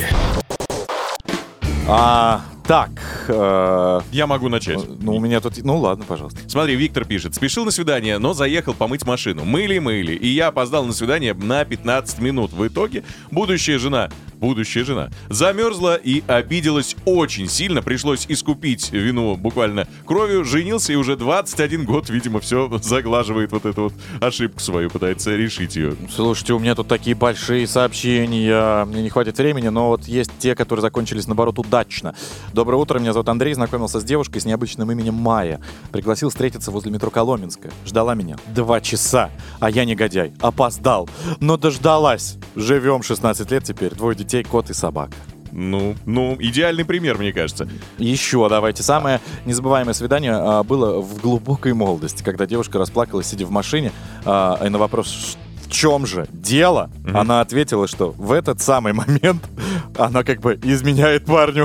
А, так. э, Я могу начать. ну, у меня тут... Ну, ладно, пожалуйста. Смотри, Виктор пишет. Спешил на свидание, но заехал помыть машину. Мыли-мыли. И я опоздал на свидание на пятнадцать минут. В итоге будущая жена будущая жена, замерзла и обиделась очень сильно. Пришлось искупить вину буквально кровью. Женился и уже двадцать один год, видимо, все заглаживает вот эту вот ошибку свою, пытается решить ее. Слушайте, у меня тут такие большие сообщения. Мне не хватит времени, но вот есть те, которые закончились, наоборот, удачно. Доброе утро, меня зовут Андрей. Знакомился с девушкой с необычным именем Майя. Пригласил встретиться возле метро Коломенская. Ждала меня два часа. А я негодяй. Опоздал. Но дождалась. Живем шестнадцать лет теперь. Двое детей, кот и собака. Ну, ну, идеальный пример, мне кажется. Еще давайте. Самое незабываемое свидание а, было в глубокой молодости, когда девушка расплакалась, сидя в машине, а, и на вопрос, в чем же дело, mm-hmm. она ответила, что в этот самый момент она как бы изменяет парню.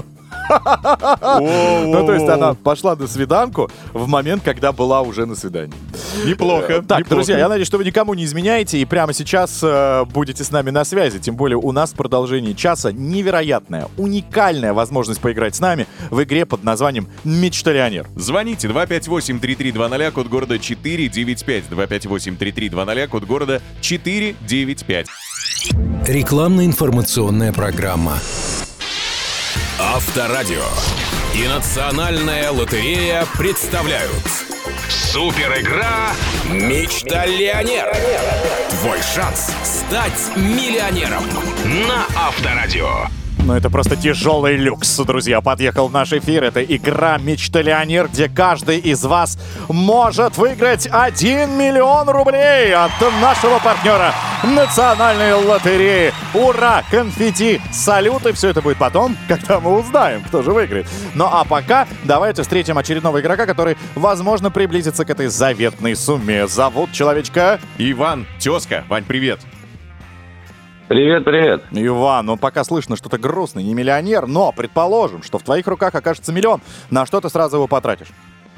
Ну, то есть она пошла на свиданку в момент, когда была уже на свидании. Неплохо. Так, друзья, я надеюсь, что вы никому не изменяете и прямо сейчас э, будете с нами на связи. Тем более у нас в продолжении часа невероятная, уникальная возможность поиграть с нами в игре под названием «Мечталионер». Звоните два пять восемь три три два ноль, код города четыре девять пять. два пять восемь три три два ноль, код города четыре девять пять. Рекламно-информационная программа. Авторадио и Национальная лотерея представляют супер игра «Мечталионер». Твой шанс стать миллионером на Авторадио. Ну, это просто тяжелый люкс, друзья. Подъехал в наш эфир. Это игра «Мечталионер», где каждый из вас может выиграть один миллион рублей от нашего партнера Национальной лотереи. Ура! Конфетти, салюты. Все это будет потом, когда мы узнаем, кто же выиграет. Ну, а пока давайте встретим очередного игрока, который, возможно, приблизится к этой заветной сумме. Зовут человечка... Иван, тезка. Вань, привет. Привет, привет. Иван, ну пока слышно что-то грустное, не миллионер, но предположим, что в твоих руках окажется миллион. На что ты сразу его потратишь?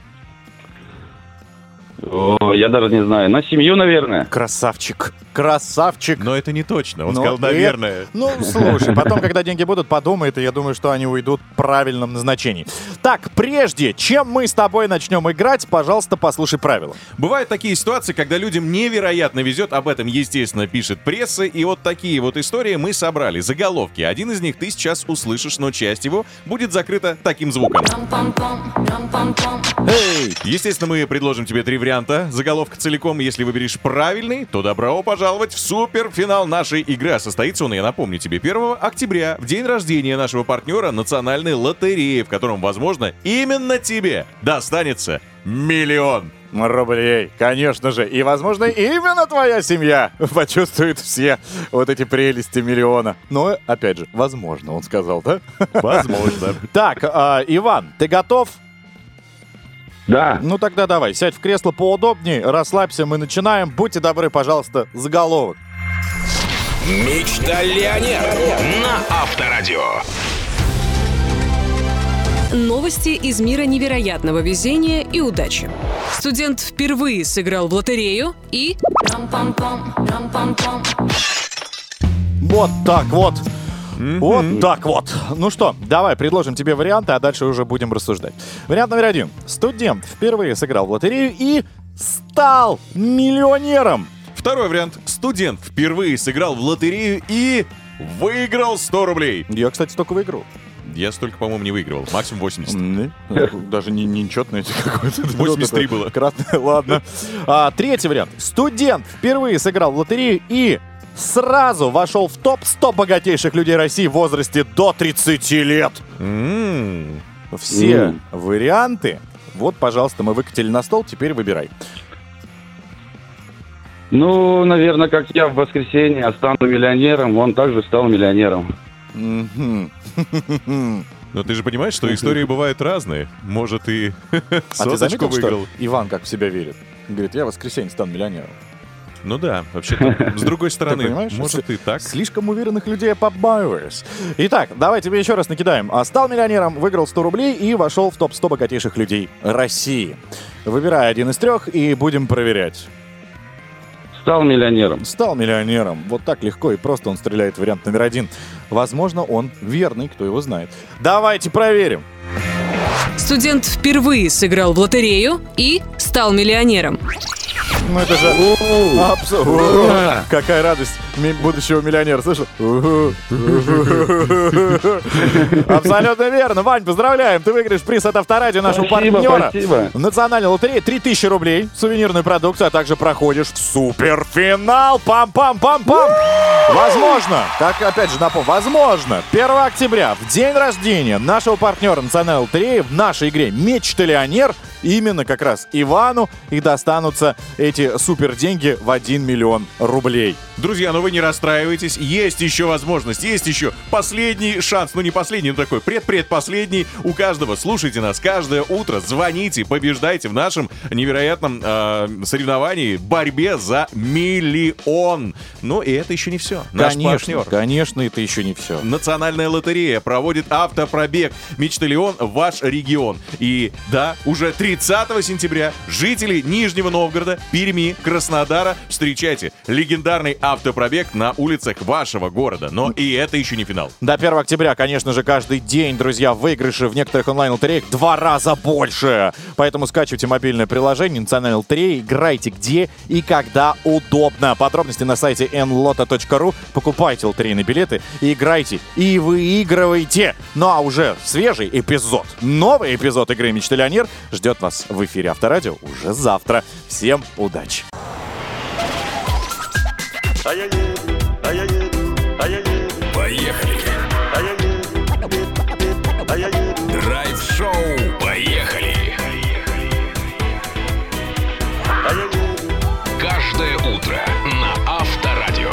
О, я даже не знаю. На семью, наверное. Красавчик. Красавчик. Но это не точно. Он Но сказал, наверное. это- Ну, слушай, потом, когда деньги будут, подумает, и я думаю, что они уйдут в правильном назначении. Так, прежде чем мы с тобой начнем играть, пожалуйста, послушай правила. Бывают такие ситуации, когда людям невероятно везет, об этом, естественно, пишет пресса, и вот такие вот истории мы собрали. Заголовки. Один из них ты сейчас услышишь, но часть его будет закрыта таким звуком. Эй! Естественно, мы предложим тебе три варианта заголовка целиком. Если выберешь правильный, то добро пожаловать в суперфинал нашей игры. А состоится он, я напомню тебе, первого октября, в день рождения нашего партнера Национальной лотереи, в котором, возможно, именно тебе достанется миллион. Рублей, конечно же. И, возможно, именно твоя семья почувствует все вот эти прелести миллиона. Но, опять же, возможно, он сказал, да? Возможно. Так, а, Иван, ты готов? Да. Ну тогда давай, сядь в кресло поудобнее, расслабься, мы начинаем. Будьте добры, пожалуйста, заголовок. «Мечталионер» на Авторадио. Новости из мира невероятного везения и удачи. Студент впервые сыграл в лотерею и... Вот так вот. Вот так вот. Ну что, давай предложим тебе варианты, а дальше уже будем рассуждать. Вариант номер один. Студент впервые сыграл в лотерею и стал миллионером. Второй вариант. Студент впервые сыграл в лотерею и выиграл сто рублей. Я, кстати, столько выиграл. Я столько, по-моему, не выигрывал. Максимум восемьдесят. М, Даже не, не нечетное какое-то. восемьдесят три было. Кратное, ладно. А, третий вариант. Студент впервые сыграл в лотерею и сразу вошел в топ сто богатейших людей России в возрасте до тридцати лет. М-м. Все М. варианты. Вот, пожалуйста, мы выкатили на стол, теперь выбирай. Ну, наверное, как я в воскресенье, я стану миллионером, он также стал миллионером. Мгм. Но ты же понимаешь, что истории бывают разные. Может, и А ты соточку заметил, выиграл. что Иван как в себя верит? Говорит, я в воскресенье стану миллионером. Ну да, вообще-то, с другой Ты стороны, понимаешь? может и так. Слишком уверенных людей я побаиваюсь. Итак, давай тебе еще раз накидаем. А, Стал миллионером, выиграл сто рублей и вошел в топ сто богатейших людей России. Выбирай один из трех и будем проверять. Стал миллионером. Стал миллионером. Вот так легко и просто он стреляет в вариант номер один. Возможно, он верный, кто его знает. Давайте проверим. Студент впервые сыграл в лотерею и стал миллионером. Ну это же... Абсолютно. Какая радость ми- будущего миллионера, слышал? Абсолютно верно. Вань, поздравляем. Ты выиграешь приз от Авторадио, нашего Спасибо, партнера. спасибо. В национальной лотерее три тысячи рублей, сувенирную продукцию, а также проходишь в суперфинал. Пам-пам-пам-пам. Возможно, так опять же напомню, возможно, первого октября, в день рождения нашего партнера национальной лотереи, в нашей игре «Мечталионер», именно как раз Ивану и достанутся эти супер деньги в один миллион рублей. Друзья, ну вы не расстраивайтесь, есть еще возможность, есть еще последний шанс, ну не последний, но такой предпредпоследний у каждого. Слушайте нас каждое утро, звоните, побеждайте в нашем невероятном э, соревновании, борьбе за миллион. Но и это еще не все. Наш Конечно, партнер. конечно, это еще не все. Национальная лотерея проводит автопробег «Мечталион» в ваш регион. И да, уже тридцатого сентября жители Нижнего Новгорода, Перми, Краснодара встречайте легендарный автопробег на улицах вашего города. Но и это еще не финал. До первого октября, конечно же, каждый день, друзья, выигрыши в некоторых онлайн-лотереях в два раза больше. Поэтому скачивайте мобильное приложение национальной лотереи, играйте где и когда удобно. Подробности на сайте эн лото точка ру. Покупайте лотерейные билеты, играйте и выигрывайте. Ну а уже свежий эпизод, новый эпизод игры «Мечталионер» ждет вас в эфире Авторадио уже завтра. Всем удачи! Поехали! Драйв-шоу «Поехали!» Каждое утро на Авторадио.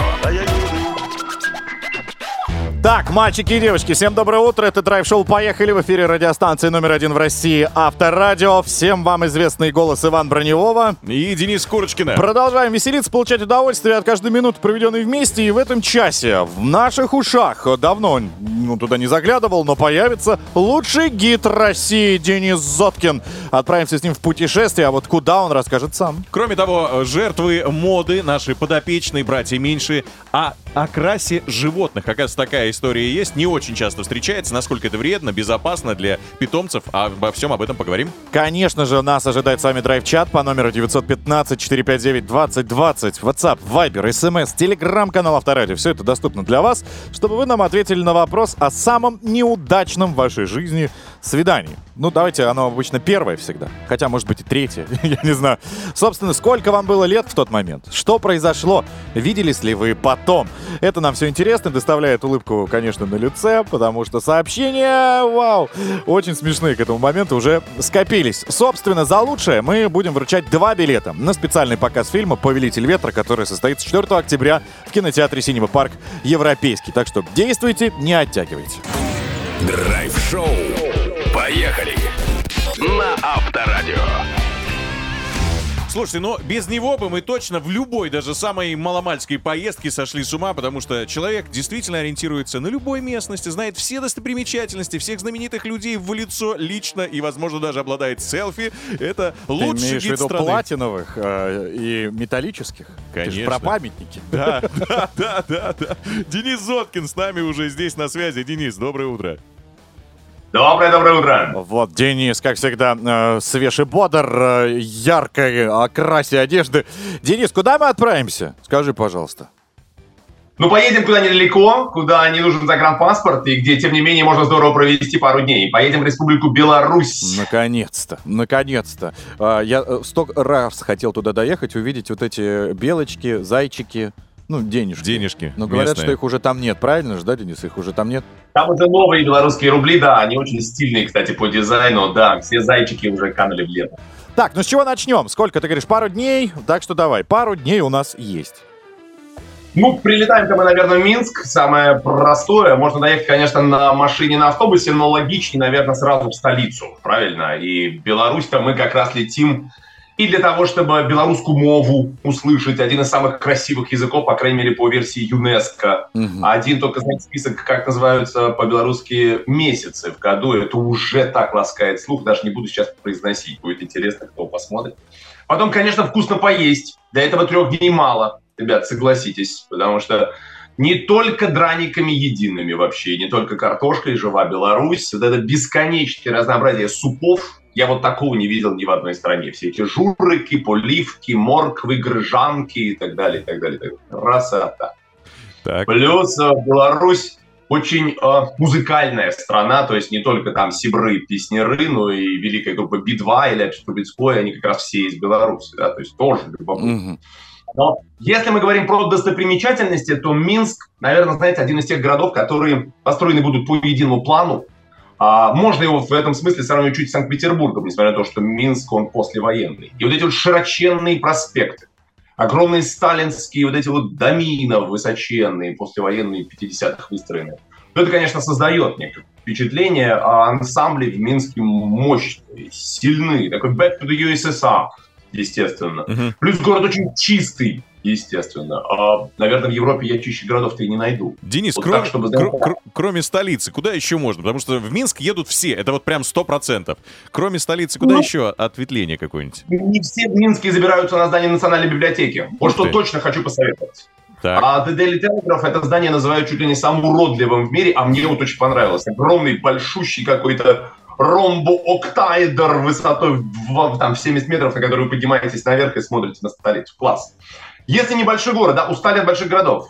Так, мальчики и девочки, всем доброе утро. Это драйв-шоу «Поехали» в эфире радиостанции номер один в России Авторадио. Всем вам известный голос Ивана Броневого и Денис Курочкина. Продолжаем веселиться, получать удовольствие от каждой минуты, проведенной вместе. И в этом часе в наших ушах, давно ну, туда не заглядывал, но появится лучший гид России Денис Зоткин. Отправимся с ним в путешествие, а вот куда он расскажет сам. Кроме того, жертвы моды, наши подопечные, братья меньшие, о окрасе животных. Оказывается, такая история есть, не очень часто встречается. Насколько это вредно, безопасно для питомцев, а обо всем об этом поговорим. Конечно же, нас ожидает с вами драйв-чат по номеру девятьсот пятнадцать четыреста пятьдесят девять двадцать двадцать. WhatsApp, Viber, эс эм эс, Telegram-канал Авторадио. Все это доступно для вас, чтобы вы нам ответили на вопрос о самом неудачном в вашей жизни свидании. Ну, давайте, оно обычно первое всегда. Хотя, может быть, и третье. Я не знаю. Собственно, сколько вам было лет в тот момент? Что произошло? Виделись ли вы потом? Это нам все интересно, доставляет улыбку, конечно, на лице, потому что сообщения, вау, очень смешные к этому моменту уже скопились. Собственно, за лучшее мы будем вручать два билета на специальный показ фильма «Повелитель ветра», который состоится четвёртого октября в кинотеатре «Синема Парк Европейский». Так что действуйте, не оттягивайте. Драйв-шоу «Поехали» на Авторадио. Слушайте, но без него бы мы точно в любой, даже самой маломальской поездке сошли с ума, потому что человек действительно ориентируется на любой местности, знает все достопримечательности, всех знаменитых людей в лицо лично и, возможно, даже обладает селфи. Это лучший Ты имеешь в гид виду страны. платиновых э, и металлических? Конечно. Ты же про памятники. Да, да, да, да, да. Денис Зоткин с нами уже здесь на связи. Денис, доброе утро. Доброе-доброе утро. Вот, Денис, как всегда, э, свеж и бодр, э, яркой окрасе одежды. Денис, куда мы отправимся? Скажи, пожалуйста. Ну, поедем куда недалеко, куда не нужен загранпаспорт, и где, тем не менее, можно здорово провести пару дней. Поедем в Республику Беларусь. Наконец-то, наконец-то. А, я э, сто раз хотел туда доехать, увидеть вот эти белочки, зайчики, ну, денежки. Денежки Но говорят, местные. что их уже там нет, правильно же, да, Денис? Их уже там нет? Там уже новые белорусские рубли, да, они очень стильные, кстати, по дизайну, да, все зайчики уже канули в лето. Так, ну с чего начнем? Сколько, ты говоришь, пару дней? Так что давай, пару дней у нас есть. Ну, прилетаем-то мы, наверное, в Минск, самое простое. Можно доехать, конечно, на машине, на автобусе, но логичнее, наверное, сразу в столицу, правильно? И в Беларусь-то мы как раз летим и для того, чтобы белорусскую мову услышать, один из самых красивых языков, по крайней мере, по версии ЮНЕСКО. Мгм. Один только, знаете, список, как называются по-белорусски месяцы в году. Это уже так ласкает слух, даже не буду сейчас произносить. Будет интересно, кто посмотрит. Потом, конечно, вкусно поесть. Для этого трех дней мало, ребят, согласитесь. Потому что не только драниками едиными вообще, не только картошкой жива Беларусь. Вот это бесконечное разнообразие супов, Я вот такого не видел ни в одной стране. Все эти журыки, поливки, морквы, грыжанки и так далее, и так далее. И так далее. Красота. Так. Плюс э, Беларусь очень э, музыкальная страна, то есть не только там сибры, песняры, но и великая группа би два или Трубецкой, они как раз все из Беларуси, да, то есть тоже любопытно. Mm-hmm. Но если мы говорим про достопримечательности, то Минск, наверное, знаете, один из тех городов, которые построены будут по единому плану. А, можно его в этом смысле сравнивать чуть с Санкт-Петербургом, несмотря на то, что Минск, он послевоенный. И вот эти вот широченные проспекты, огромные сталинские вот эти вот домина высоченные, послевоенные, пятидесятых выстроенные. Ну, это, конечно, создает некое впечатление, а ансамбли в Минске мощные, сильные. Такой back to the ю эс эс ар, естественно. Uh-huh. Плюс город очень чистый, естественно. А, наверное, в Европе я чище городов-то и не найду. Денис, вот кроме, так, чтобы... кр- кр- кроме столицы, куда еще можно? Потому что в Минск едут все, это вот прям сто процентов. Кроме столицы, куда ну, еще ответвление какое-нибудь? Не все в Минске забираются на здание Национальной библиотеки. Вот что точно хочу посоветовать. Так. А The Daily Telegraph это здание называют чуть ли не самым уродливым в мире, а мне вот очень понравилось. Огромный, большущий какой-то ромбооктаэдр высотой в, там, в семьдесят метров, на который вы поднимаетесь наверх и смотрите на столицу. Класс. Если небольшой город, да, устали от больших городов.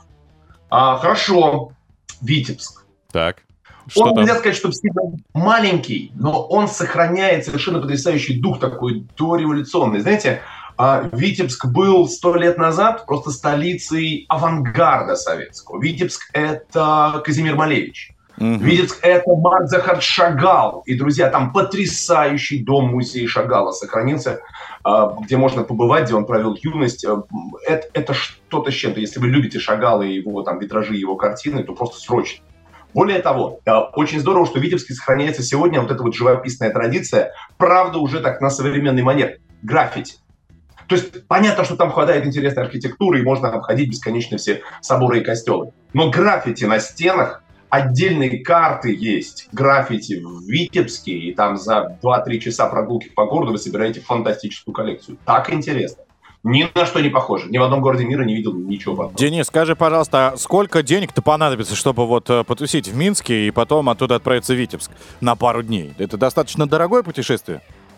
А, хорошо, Витебск. Так. Что он, там? Нельзя сказать, что сильно маленький, но он сохраняет совершенно потрясающий дух такой дореволюционный. Знаете, Витебск был сто лет назад просто столицей авангарда советского. Витебск — это Казимир Малевич. Mm-hmm. Витебск — это Марк Захарович Шагал. И, друзья, там потрясающий дом-музей Шагала сохранился, где можно побывать, где он провел юность. Это, это что-то с чем-то. Если вы любите Шагала и его там витражи, его картины, то просто срочно. Более того, очень здорово, что в Витебске сохраняется сегодня вот эта вот живописная традиция, правда, уже так на современный манер, граффити. То есть понятно, что там хватает интересной архитектуры, и можно обходить бесконечно все соборы и костелы. Но граффити на стенах, отдельные карты есть, граффити в Витебске, и там за два-три часа прогулки по городу вы собираете фантастическую коллекцию. Так интересно. Ни на что не похоже. Ни в одном городе мира не видел ничего подобного. Денис, скажи, пожалуйста, а сколько денег-то понадобится, чтобы вот потусить в Минске и потом оттуда отправиться в Витебск на пару дней? Это достаточно дорогое путешествие?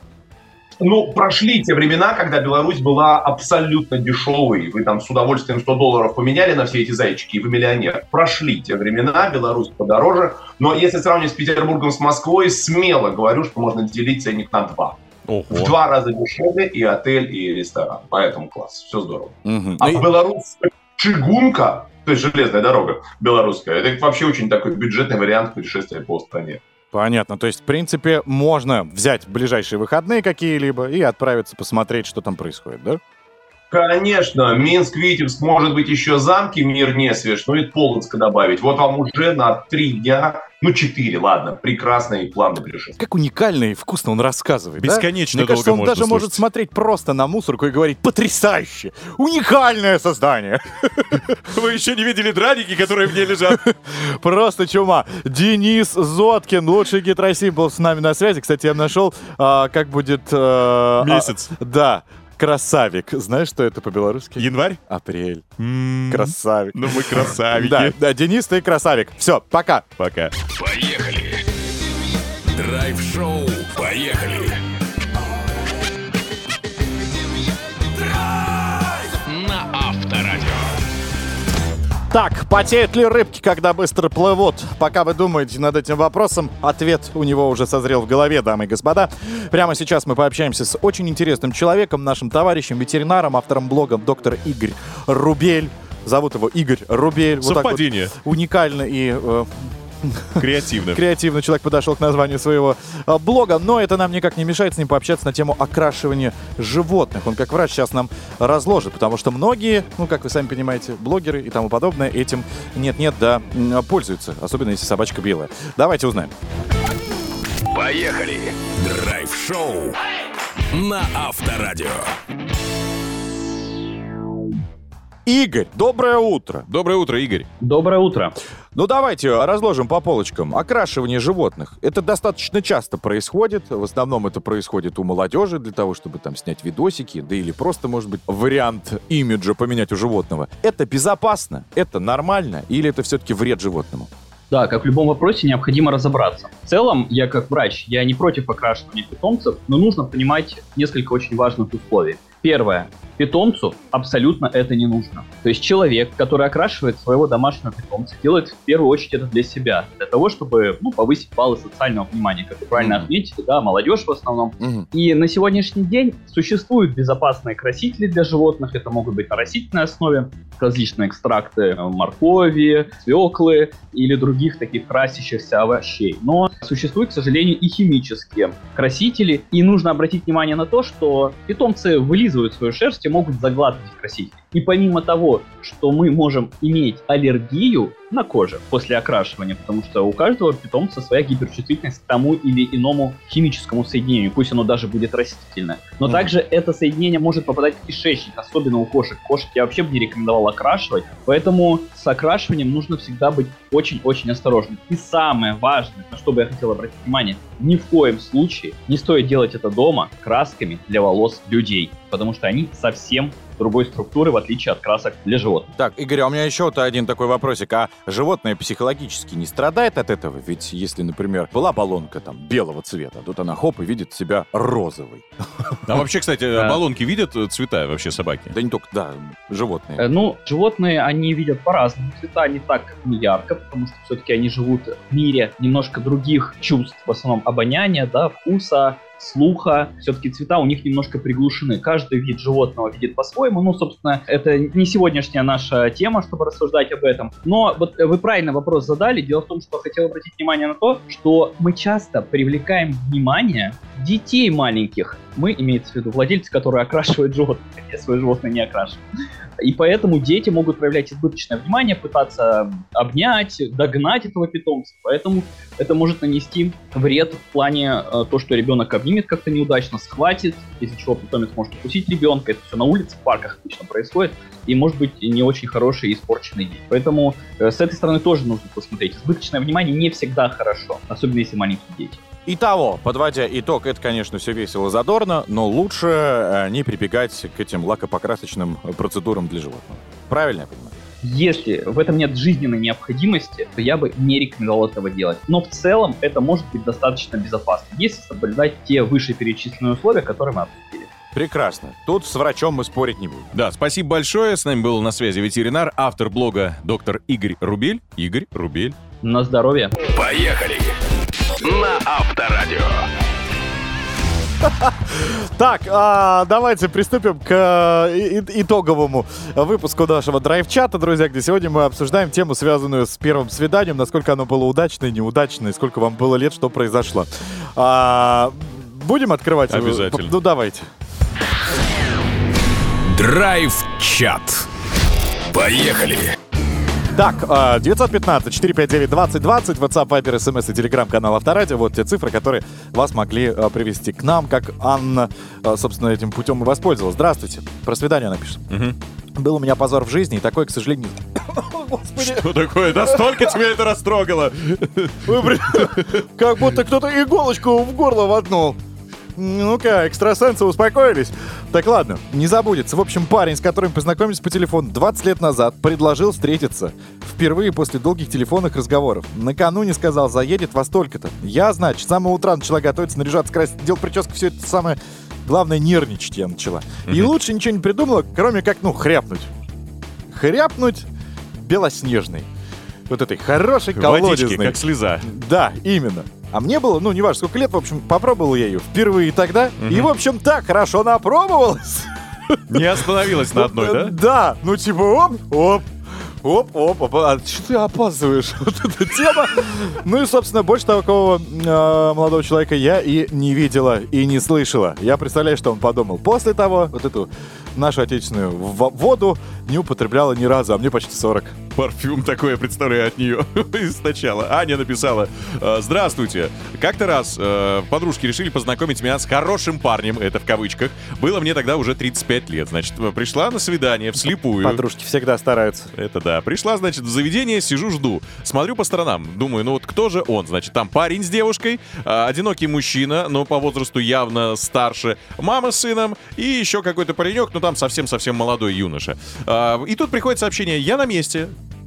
Ну, прошли те времена, когда Беларусь была абсолютно дешевой. Вы там с удовольствием сто долларов поменяли на все эти зайчики, и вы миллионер. Прошли те времена, Беларусь подороже. Но если сравнивать с Петербургом, с Москвой, смело говорю, что можно делить ценник на два. Ого. В два раза дешевле и отель, и ресторан. Поэтому класс, все здорово. Угу. А в Беларусь чугунка, то есть железная дорога белорусская, это вообще очень такой бюджетный вариант путешествия по стране. Понятно. То есть, в принципе, можно взять ближайшие выходные какие-либо и отправиться посмотреть, что там происходит, да? Конечно. Минск, Витебск, может быть, еще замки мир не свеж, ну и Полоцка добавить. Вот вам уже на три дня, ну четыре, ладно, прекрасный план на путешествие. Как уникально и вкусно он рассказывает, бесконечно да? Мне кажется, он даже слушать. Может смотреть просто на мусорку и говорить: потрясающе, уникальное создание. Вы еще не видели драники, которые в ней лежат? Просто чума. Денис Зоткин, лучший гид России, был с нами на связи. Кстати, я нашел, а, как будет... А, Месяц. А, да. Красавик. Знаешь, что это по-белорусски? Январь? Апрель. Mm-hmm. Красавик. Ну, мы красавики. Да, да, Денис, ты красавик. Все, пока. Пока. Поехали. Драйв-шоу. Поехали. Драйв на Авторадио. Так, потеют ли рыбки, когда быстро плывут? Пока вы думаете над этим вопросом, ответ у него уже созрел в голове, дамы и господа. Прямо сейчас мы пообщаемся с очень интересным человеком, нашим товарищем, ветеринаром, автором блога доктор Игорь Рубель. Зовут его Игорь Рубель. Совпадение. Вот так вот уникально и... Э, Креативно. Креативно человек подошел к названию своего а, блога, но это нам никак не мешает с ним пообщаться на тему окрашивания животных. Он как врач сейчас нам разложит, потому что многие, ну, как вы сами понимаете, блогеры и тому подобное этим нет-нет, да, пользуются, особенно если собачка белая. Давайте узнаем. Поехали! Драйв-шоу на Авторадио. Игорь, доброе утро. Доброе утро, Игорь. Доброе утро. Ну, давайте разложим по полочкам. Окрашивание животных. Это достаточно часто происходит. В основном это происходит у молодежи для того, чтобы там снять видосики, да или просто, может быть, вариант имиджа поменять у животного. Это безопасно? Это нормально? Или это все-таки вред животному? Да, как в любом вопросе, необходимо разобраться. В целом, я как врач, я не против окрашивания питомцев, но нужно понимать несколько очень важных условий. Первое. Питомцу абсолютно это не нужно. То есть человек, который окрашивает своего домашнего питомца, делает в первую очередь это для себя. Для того, чтобы ну, повысить баллы социального внимания. Как вы правильно mm-hmm. отметили, да, молодежь в основном. Mm-hmm. И на сегодняшний день существуют безопасные красители для животных. Это могут быть на растительной основе, различные экстракты моркови, свеклы или других таких красящихся овощей. Но существуют, к сожалению, и химические красители. И нужно обратить внимание на то, что питомцы вылизывают свою шерсть и могут заглатывать красители. И помимо того, что мы можем иметь аллергию на коже после окрашивания, потому что у каждого питомца своя гиперчувствительность к тому или иному химическому соединению, пусть оно даже будет растительное. Но mm. также это соединение может попадать в кишечник, особенно у кошек. Кошек я вообще бы не рекомендовал окрашивать, поэтому с окрашиванием нужно всегда быть очень-очень осторожным. И самое важное, на что бы я хотел обратить внимание, ни в коем случае не стоит делать это дома красками для волос людей, потому что они совсем другой структуры, в отличие от красок для животных. Так, Игорь, а у меня еще вот один такой вопросик. А животное психологически не страдает от этого? Ведь если, например, была баллонка там белого цвета, тут она хоп и видит себя розовой. А вообще, кстати, баллонки видят цвета вообще собаки? Да не только, да, животные. Ну, животные, они видят по-разному цвета, не так не ярко, потому что все-таки они живут в мире немножко других чувств, в основном обоняния, да, вкуса, слуха, все-таки цвета у них немножко приглушены. Каждый вид животного видит по-своему. Ну, собственно, это не сегодняшняя наша тема, чтобы рассуждать об этом. Но вот вы правильно вопрос задали. Дело в том, что хотел обратить внимание на то, что мы часто привлекаем внимание детей маленьких. Мы, имеется в виду владельцы, которые окрашивают животных, хотя свои животные не окрашивают. И поэтому дети могут проявлять избыточное внимание, пытаться обнять, догнать этого питомца. Поэтому это может нанести вред в плане э, то, что ребенок обнимет как-то неудачно, схватит, из-за чего питомец может укусить ребенка. Это все на улице, в парках обычно происходит. И может быть не очень хороший и испорченный день. Поэтому э, с этой стороны тоже нужно посмотреть. Избыточное внимание не всегда хорошо, особенно если маленькие дети. Итого, подводя итог, это, конечно, все весело, задорно, но лучше э, не прибегать к этим лакопокрасочным процедурам для животных. Правильно я понимаю? Если в этом нет жизненной необходимости, то я бы не рекомендовал этого делать. Но в целом это может быть достаточно безопасно, если соблюдать те вышеперечисленные условия, которые мы обсудили. Прекрасно. Тут с врачом мы спорить не будем. Да, спасибо большое. С нами был на связи ветеринар, автор блога доктор Игорь Рубель. Игорь Рубель. На здоровье. Поехали! На Авторадио. Так, а, давайте приступим к а, и, итоговому выпуску нашего драйв-чата, друзья, где сегодня мы обсуждаем тему, связанную с первым свиданием, насколько оно было удачное, неудачное, сколько вам было лет, что произошло. А, будем открывать? Обязательно. Ну, давайте. Драйв-чат. Поехали. Так, девятьсот пятнадцать четыреста пятьдесят девять двадцать двадцать, WhatsApp, Viber, эс эм эс и Telegram канал Авторадио. Вот те цифры, которые вас могли привести к нам, как Анна, собственно, этим путем и воспользовалась. Здравствуйте. Про свидание напишет. Угу. Был у меня позор в жизни, и такой, к сожалению... Господи. Что такое? Настолько тебя это растрогало? Как будто кто-то иголочку в горло воткнул. Ну-ка, экстрасенсы успокоились? Так, ладно, не забудется. В общем, парень, с которым познакомились по телефону двадцать лет назад, предложил встретиться впервые после долгих телефонных разговоров. Накануне сказал, заедет во столько-то. Я, значит, с самого утра начала готовиться, наряжаться, красить, делать прическу, все это самое. Главное, нервничать я начала. Mm-hmm. И лучше ничего не придумала, кроме как, ну, хряпнуть. Хряпнуть белоснежной. Вот этой хорошей колодезной. Водички, как слеза. Да, именно. А мне было, ну, неважно, сколько лет, в общем, попробовал я ее впервые тогда. Угу. И, в общем, так хорошо напробовалась. Не остановилась на одной, да? Да, ну, типа, оп, оп, оп, оп, оп. А что ты опаздываешь? Вот эта тема. Ну и, собственно, больше такого э, молодого человека я и не видела, и не слышала. Я представляю, что он подумал. После того, вот эту нашу отечественную воду не употребляла ни разу, а мне почти сорок. Парфюм такой, я представляю, от нее сначала. Аня написала: здравствуйте. Как-то раз э, подружки решили познакомить меня с хорошим парнем, это в кавычках. Было мне тогда уже тридцать пять лет. Значит, пришла на свидание вслепую. Подружки всегда стараются. Это да. Пришла, значит, в заведение, сижу, жду. Смотрю по сторонам. Думаю, ну вот кто же он? Значит, там парень с девушкой, э, одинокий мужчина, но по возрасту явно старше, мама с сыном и еще какой-то паренек, ну там совсем-совсем молодой юноша. Э, и тут приходит сообщение: я на месте.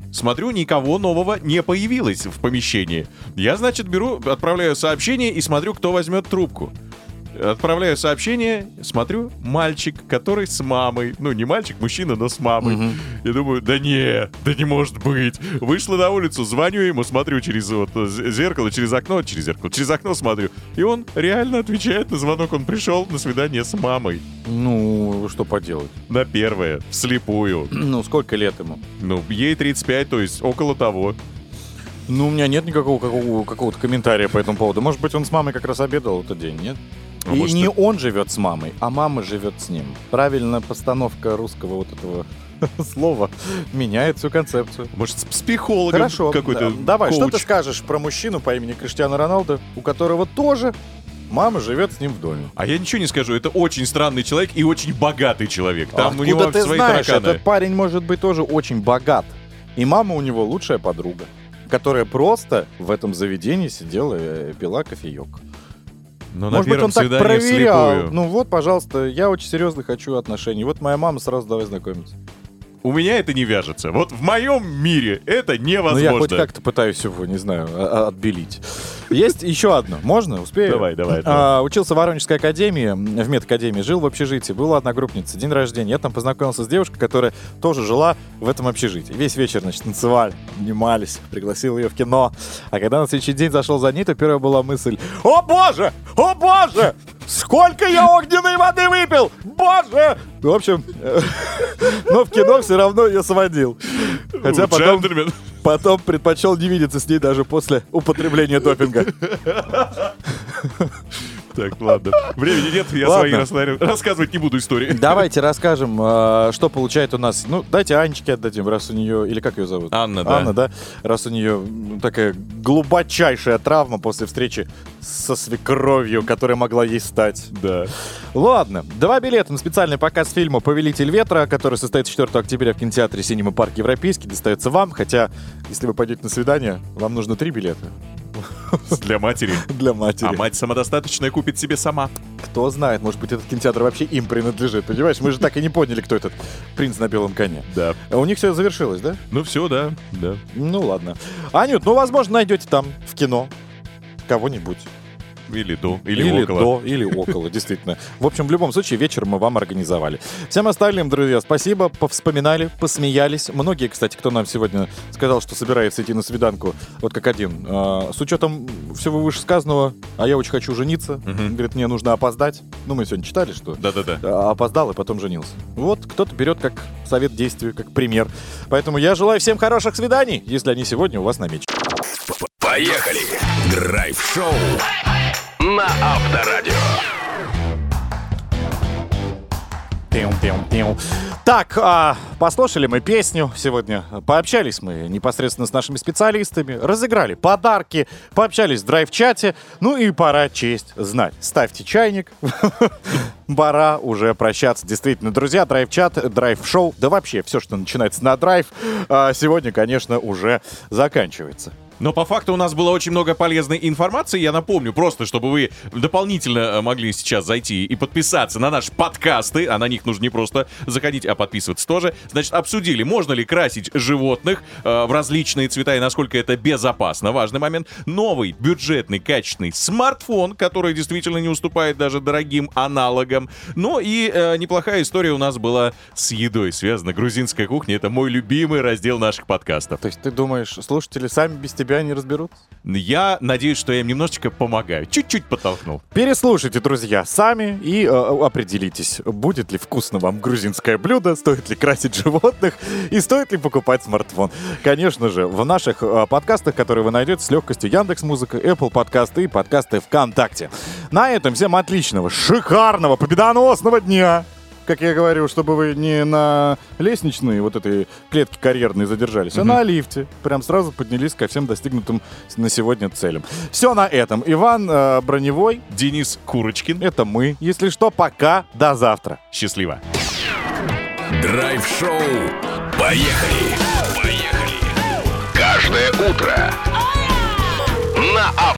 Смотрю, никого нового не появилось в помещении. Я, значит, беру, отправляю сообщение и смотрю, кто возьмет трубку. Отправляю сообщение, смотрю, мальчик, который с мамой. Ну, не мальчик, мужчина, но с мамой. Мгм. И думаю, да не, да не может быть. Вышла на улицу, звоню ему, смотрю через вот з- зеркало, через окно, через зеркало, через окно смотрю. И он реально отвечает на звонок. Он пришел на свидание с мамой. Ну, что поделать? На первое, вслепую. Ну, сколько лет ему? Ну, ей тридцать пять, то есть около того. Ну, у меня нет никакого какого- какого-то комментария по этому поводу. Может быть, он с мамой как раз обедал в этот день, нет? А И может, не это- он живет с мамой, а мама живет с ним. Правильно, постановка русского вот этого слова меняет всю концепцию. Может, с, с психологом Хорошо, какой-то да. Давай, что коуч. ты скажешь про мужчину по имени Криштиану Роналду, у которого тоже мама живет с ним в доме? А я ничего не скажу, это очень странный человек и очень богатый человек. Там у него Откуда ты свои знаешь, тараканы. этот парень может быть тоже очень богат. И мама у него лучшая подруга, которая просто в этом заведении сидела и пила кофеек. Но на Может быть, первом он так свидании проверял. вслепую. Ну вот, пожалуйста, я очень серьезно хочу отношений. Вот моя мама, сразу давай знакомиться. У меня это не вяжется. Вот в моем мире это Ну невозможно. я хоть как-то пытаюсь его, не знаю, а- а- отбелить. Есть еще одно. Можно? Успею? Давай, давай, А, учился в Воронежской академии, в медакадемии, жил в общежитии, была одногруппница, день рождения. Я там познакомился с девушкой, которая тоже жила в этом общежитии. Весь вечер, значит, танцевали, обнимались, пригласил ее в кино. А когда на следующий день зашел за ней, то первая была мысль: «О боже! О боже! Сколько я огненной воды выпил! Боже!» В общем, но в кино все равно ее сводил. Хотя потом, Джентльмен. потом предпочел не видеться с ней даже после употребления допинга. Так, ладно. Времени нет, я Ладно. свои рассказывать, рассказывать не буду истории. Давайте расскажем, э, что получает у нас. Ну, дайте Анечке отдадим, раз у нее... Или как ее зовут? Анна, да. Анна, да? Раз у нее ну, такая глубочайшая травма после встречи со свекровью, которая могла ей стать. Да. Ладно. Два билета на специальный показ фильма «Повелитель ветра», который состоится четвёртого октября в кинотеатре «Синема Парк Европейский», достается вам. Хотя, если вы пойдете на свидание, вам нужно три билета. Для матери. Для матери. А мать самодостаточная купит себе сама. Кто знает, может быть, этот кинотеатр вообще им принадлежит, понимаешь? Мы же так и не поняли, кто этот принц на белом коне. Да. А у них все завершилось, да? Ну все, да, да. Ну ладно. Анют, ну, возможно, найдете там в кино кого-нибудь. Или до, или, около. до, или около, действительно. В общем, в любом случае, вечер мы вам организовали. Всем остальным, друзья, спасибо, повспоминали, посмеялись. Многие, кстати, кто нам сегодня сказал, что собирается идти на свиданку, вот как один, э, с учетом всего вышесказанного, а я очень хочу жениться, Мгм. говорит, мне нужно опоздать. Ну, мы сегодня читали, что Да-да-да. а, опоздал и потом женился. Вот, кто-то берет как совет действию, как пример. Поэтому я желаю всем хороших свиданий, если они сегодня у вас намечены. Поехали! Драйв-шоу на Авторадио. Так, а, послушали мы песню сегодня, пообщались мы непосредственно с нашими специалистами, разыграли подарки, пообщались в драйв-чате, ну и пора честь знать. Ставьте чайник, пора уже прощаться. Действительно, друзья, драйв-чат, драйв-шоу, да вообще все, что начинается на драйв, а, сегодня, конечно, уже заканчивается. Но по факту у нас было очень много полезной информации. Я напомню, просто чтобы вы дополнительно э, могли сейчас зайти и подписаться на наши подкасты, а на них нужно не просто заходить, а подписываться тоже. Значит, обсудили, можно ли красить животных э, в различные цвета и насколько это безопасно. Важный момент. Новый, бюджетный, качественный смартфон, который действительно не уступает даже дорогим аналогам. Ну и э, неплохая история у нас была с едой связана. Грузинская кухня — это мой любимый раздел наших подкастов. То есть ты думаешь, слушатели сами без тебя не разберутся? Я надеюсь, что я им немножечко помогаю. Чуть-чуть подтолкнул. Переслушайте, друзья, сами и э, определитесь, будет ли вкусно вам грузинское блюдо, стоит ли красить животных и стоит ли покупать смартфон. Конечно же, в наших э, подкастах, которые вы найдете с легкостью: Яндекс.Музыка, Apple подкасты и подкасты ВКонтакте. На этом всем отличного, шикарного, победоносного дня! Как я говорю, чтобы вы не на лестничной вот этой клетке карьерной задержались, а Мгм. на лифте. Прям сразу поднялись ко всем достигнутым на сегодня целям. Все на этом. Иван э, Броневой. Денис Курочкин. Это мы. Если что, пока. До завтра. Счастливо. Драйв-шоу. Поехали! Поехали! Каждое утро на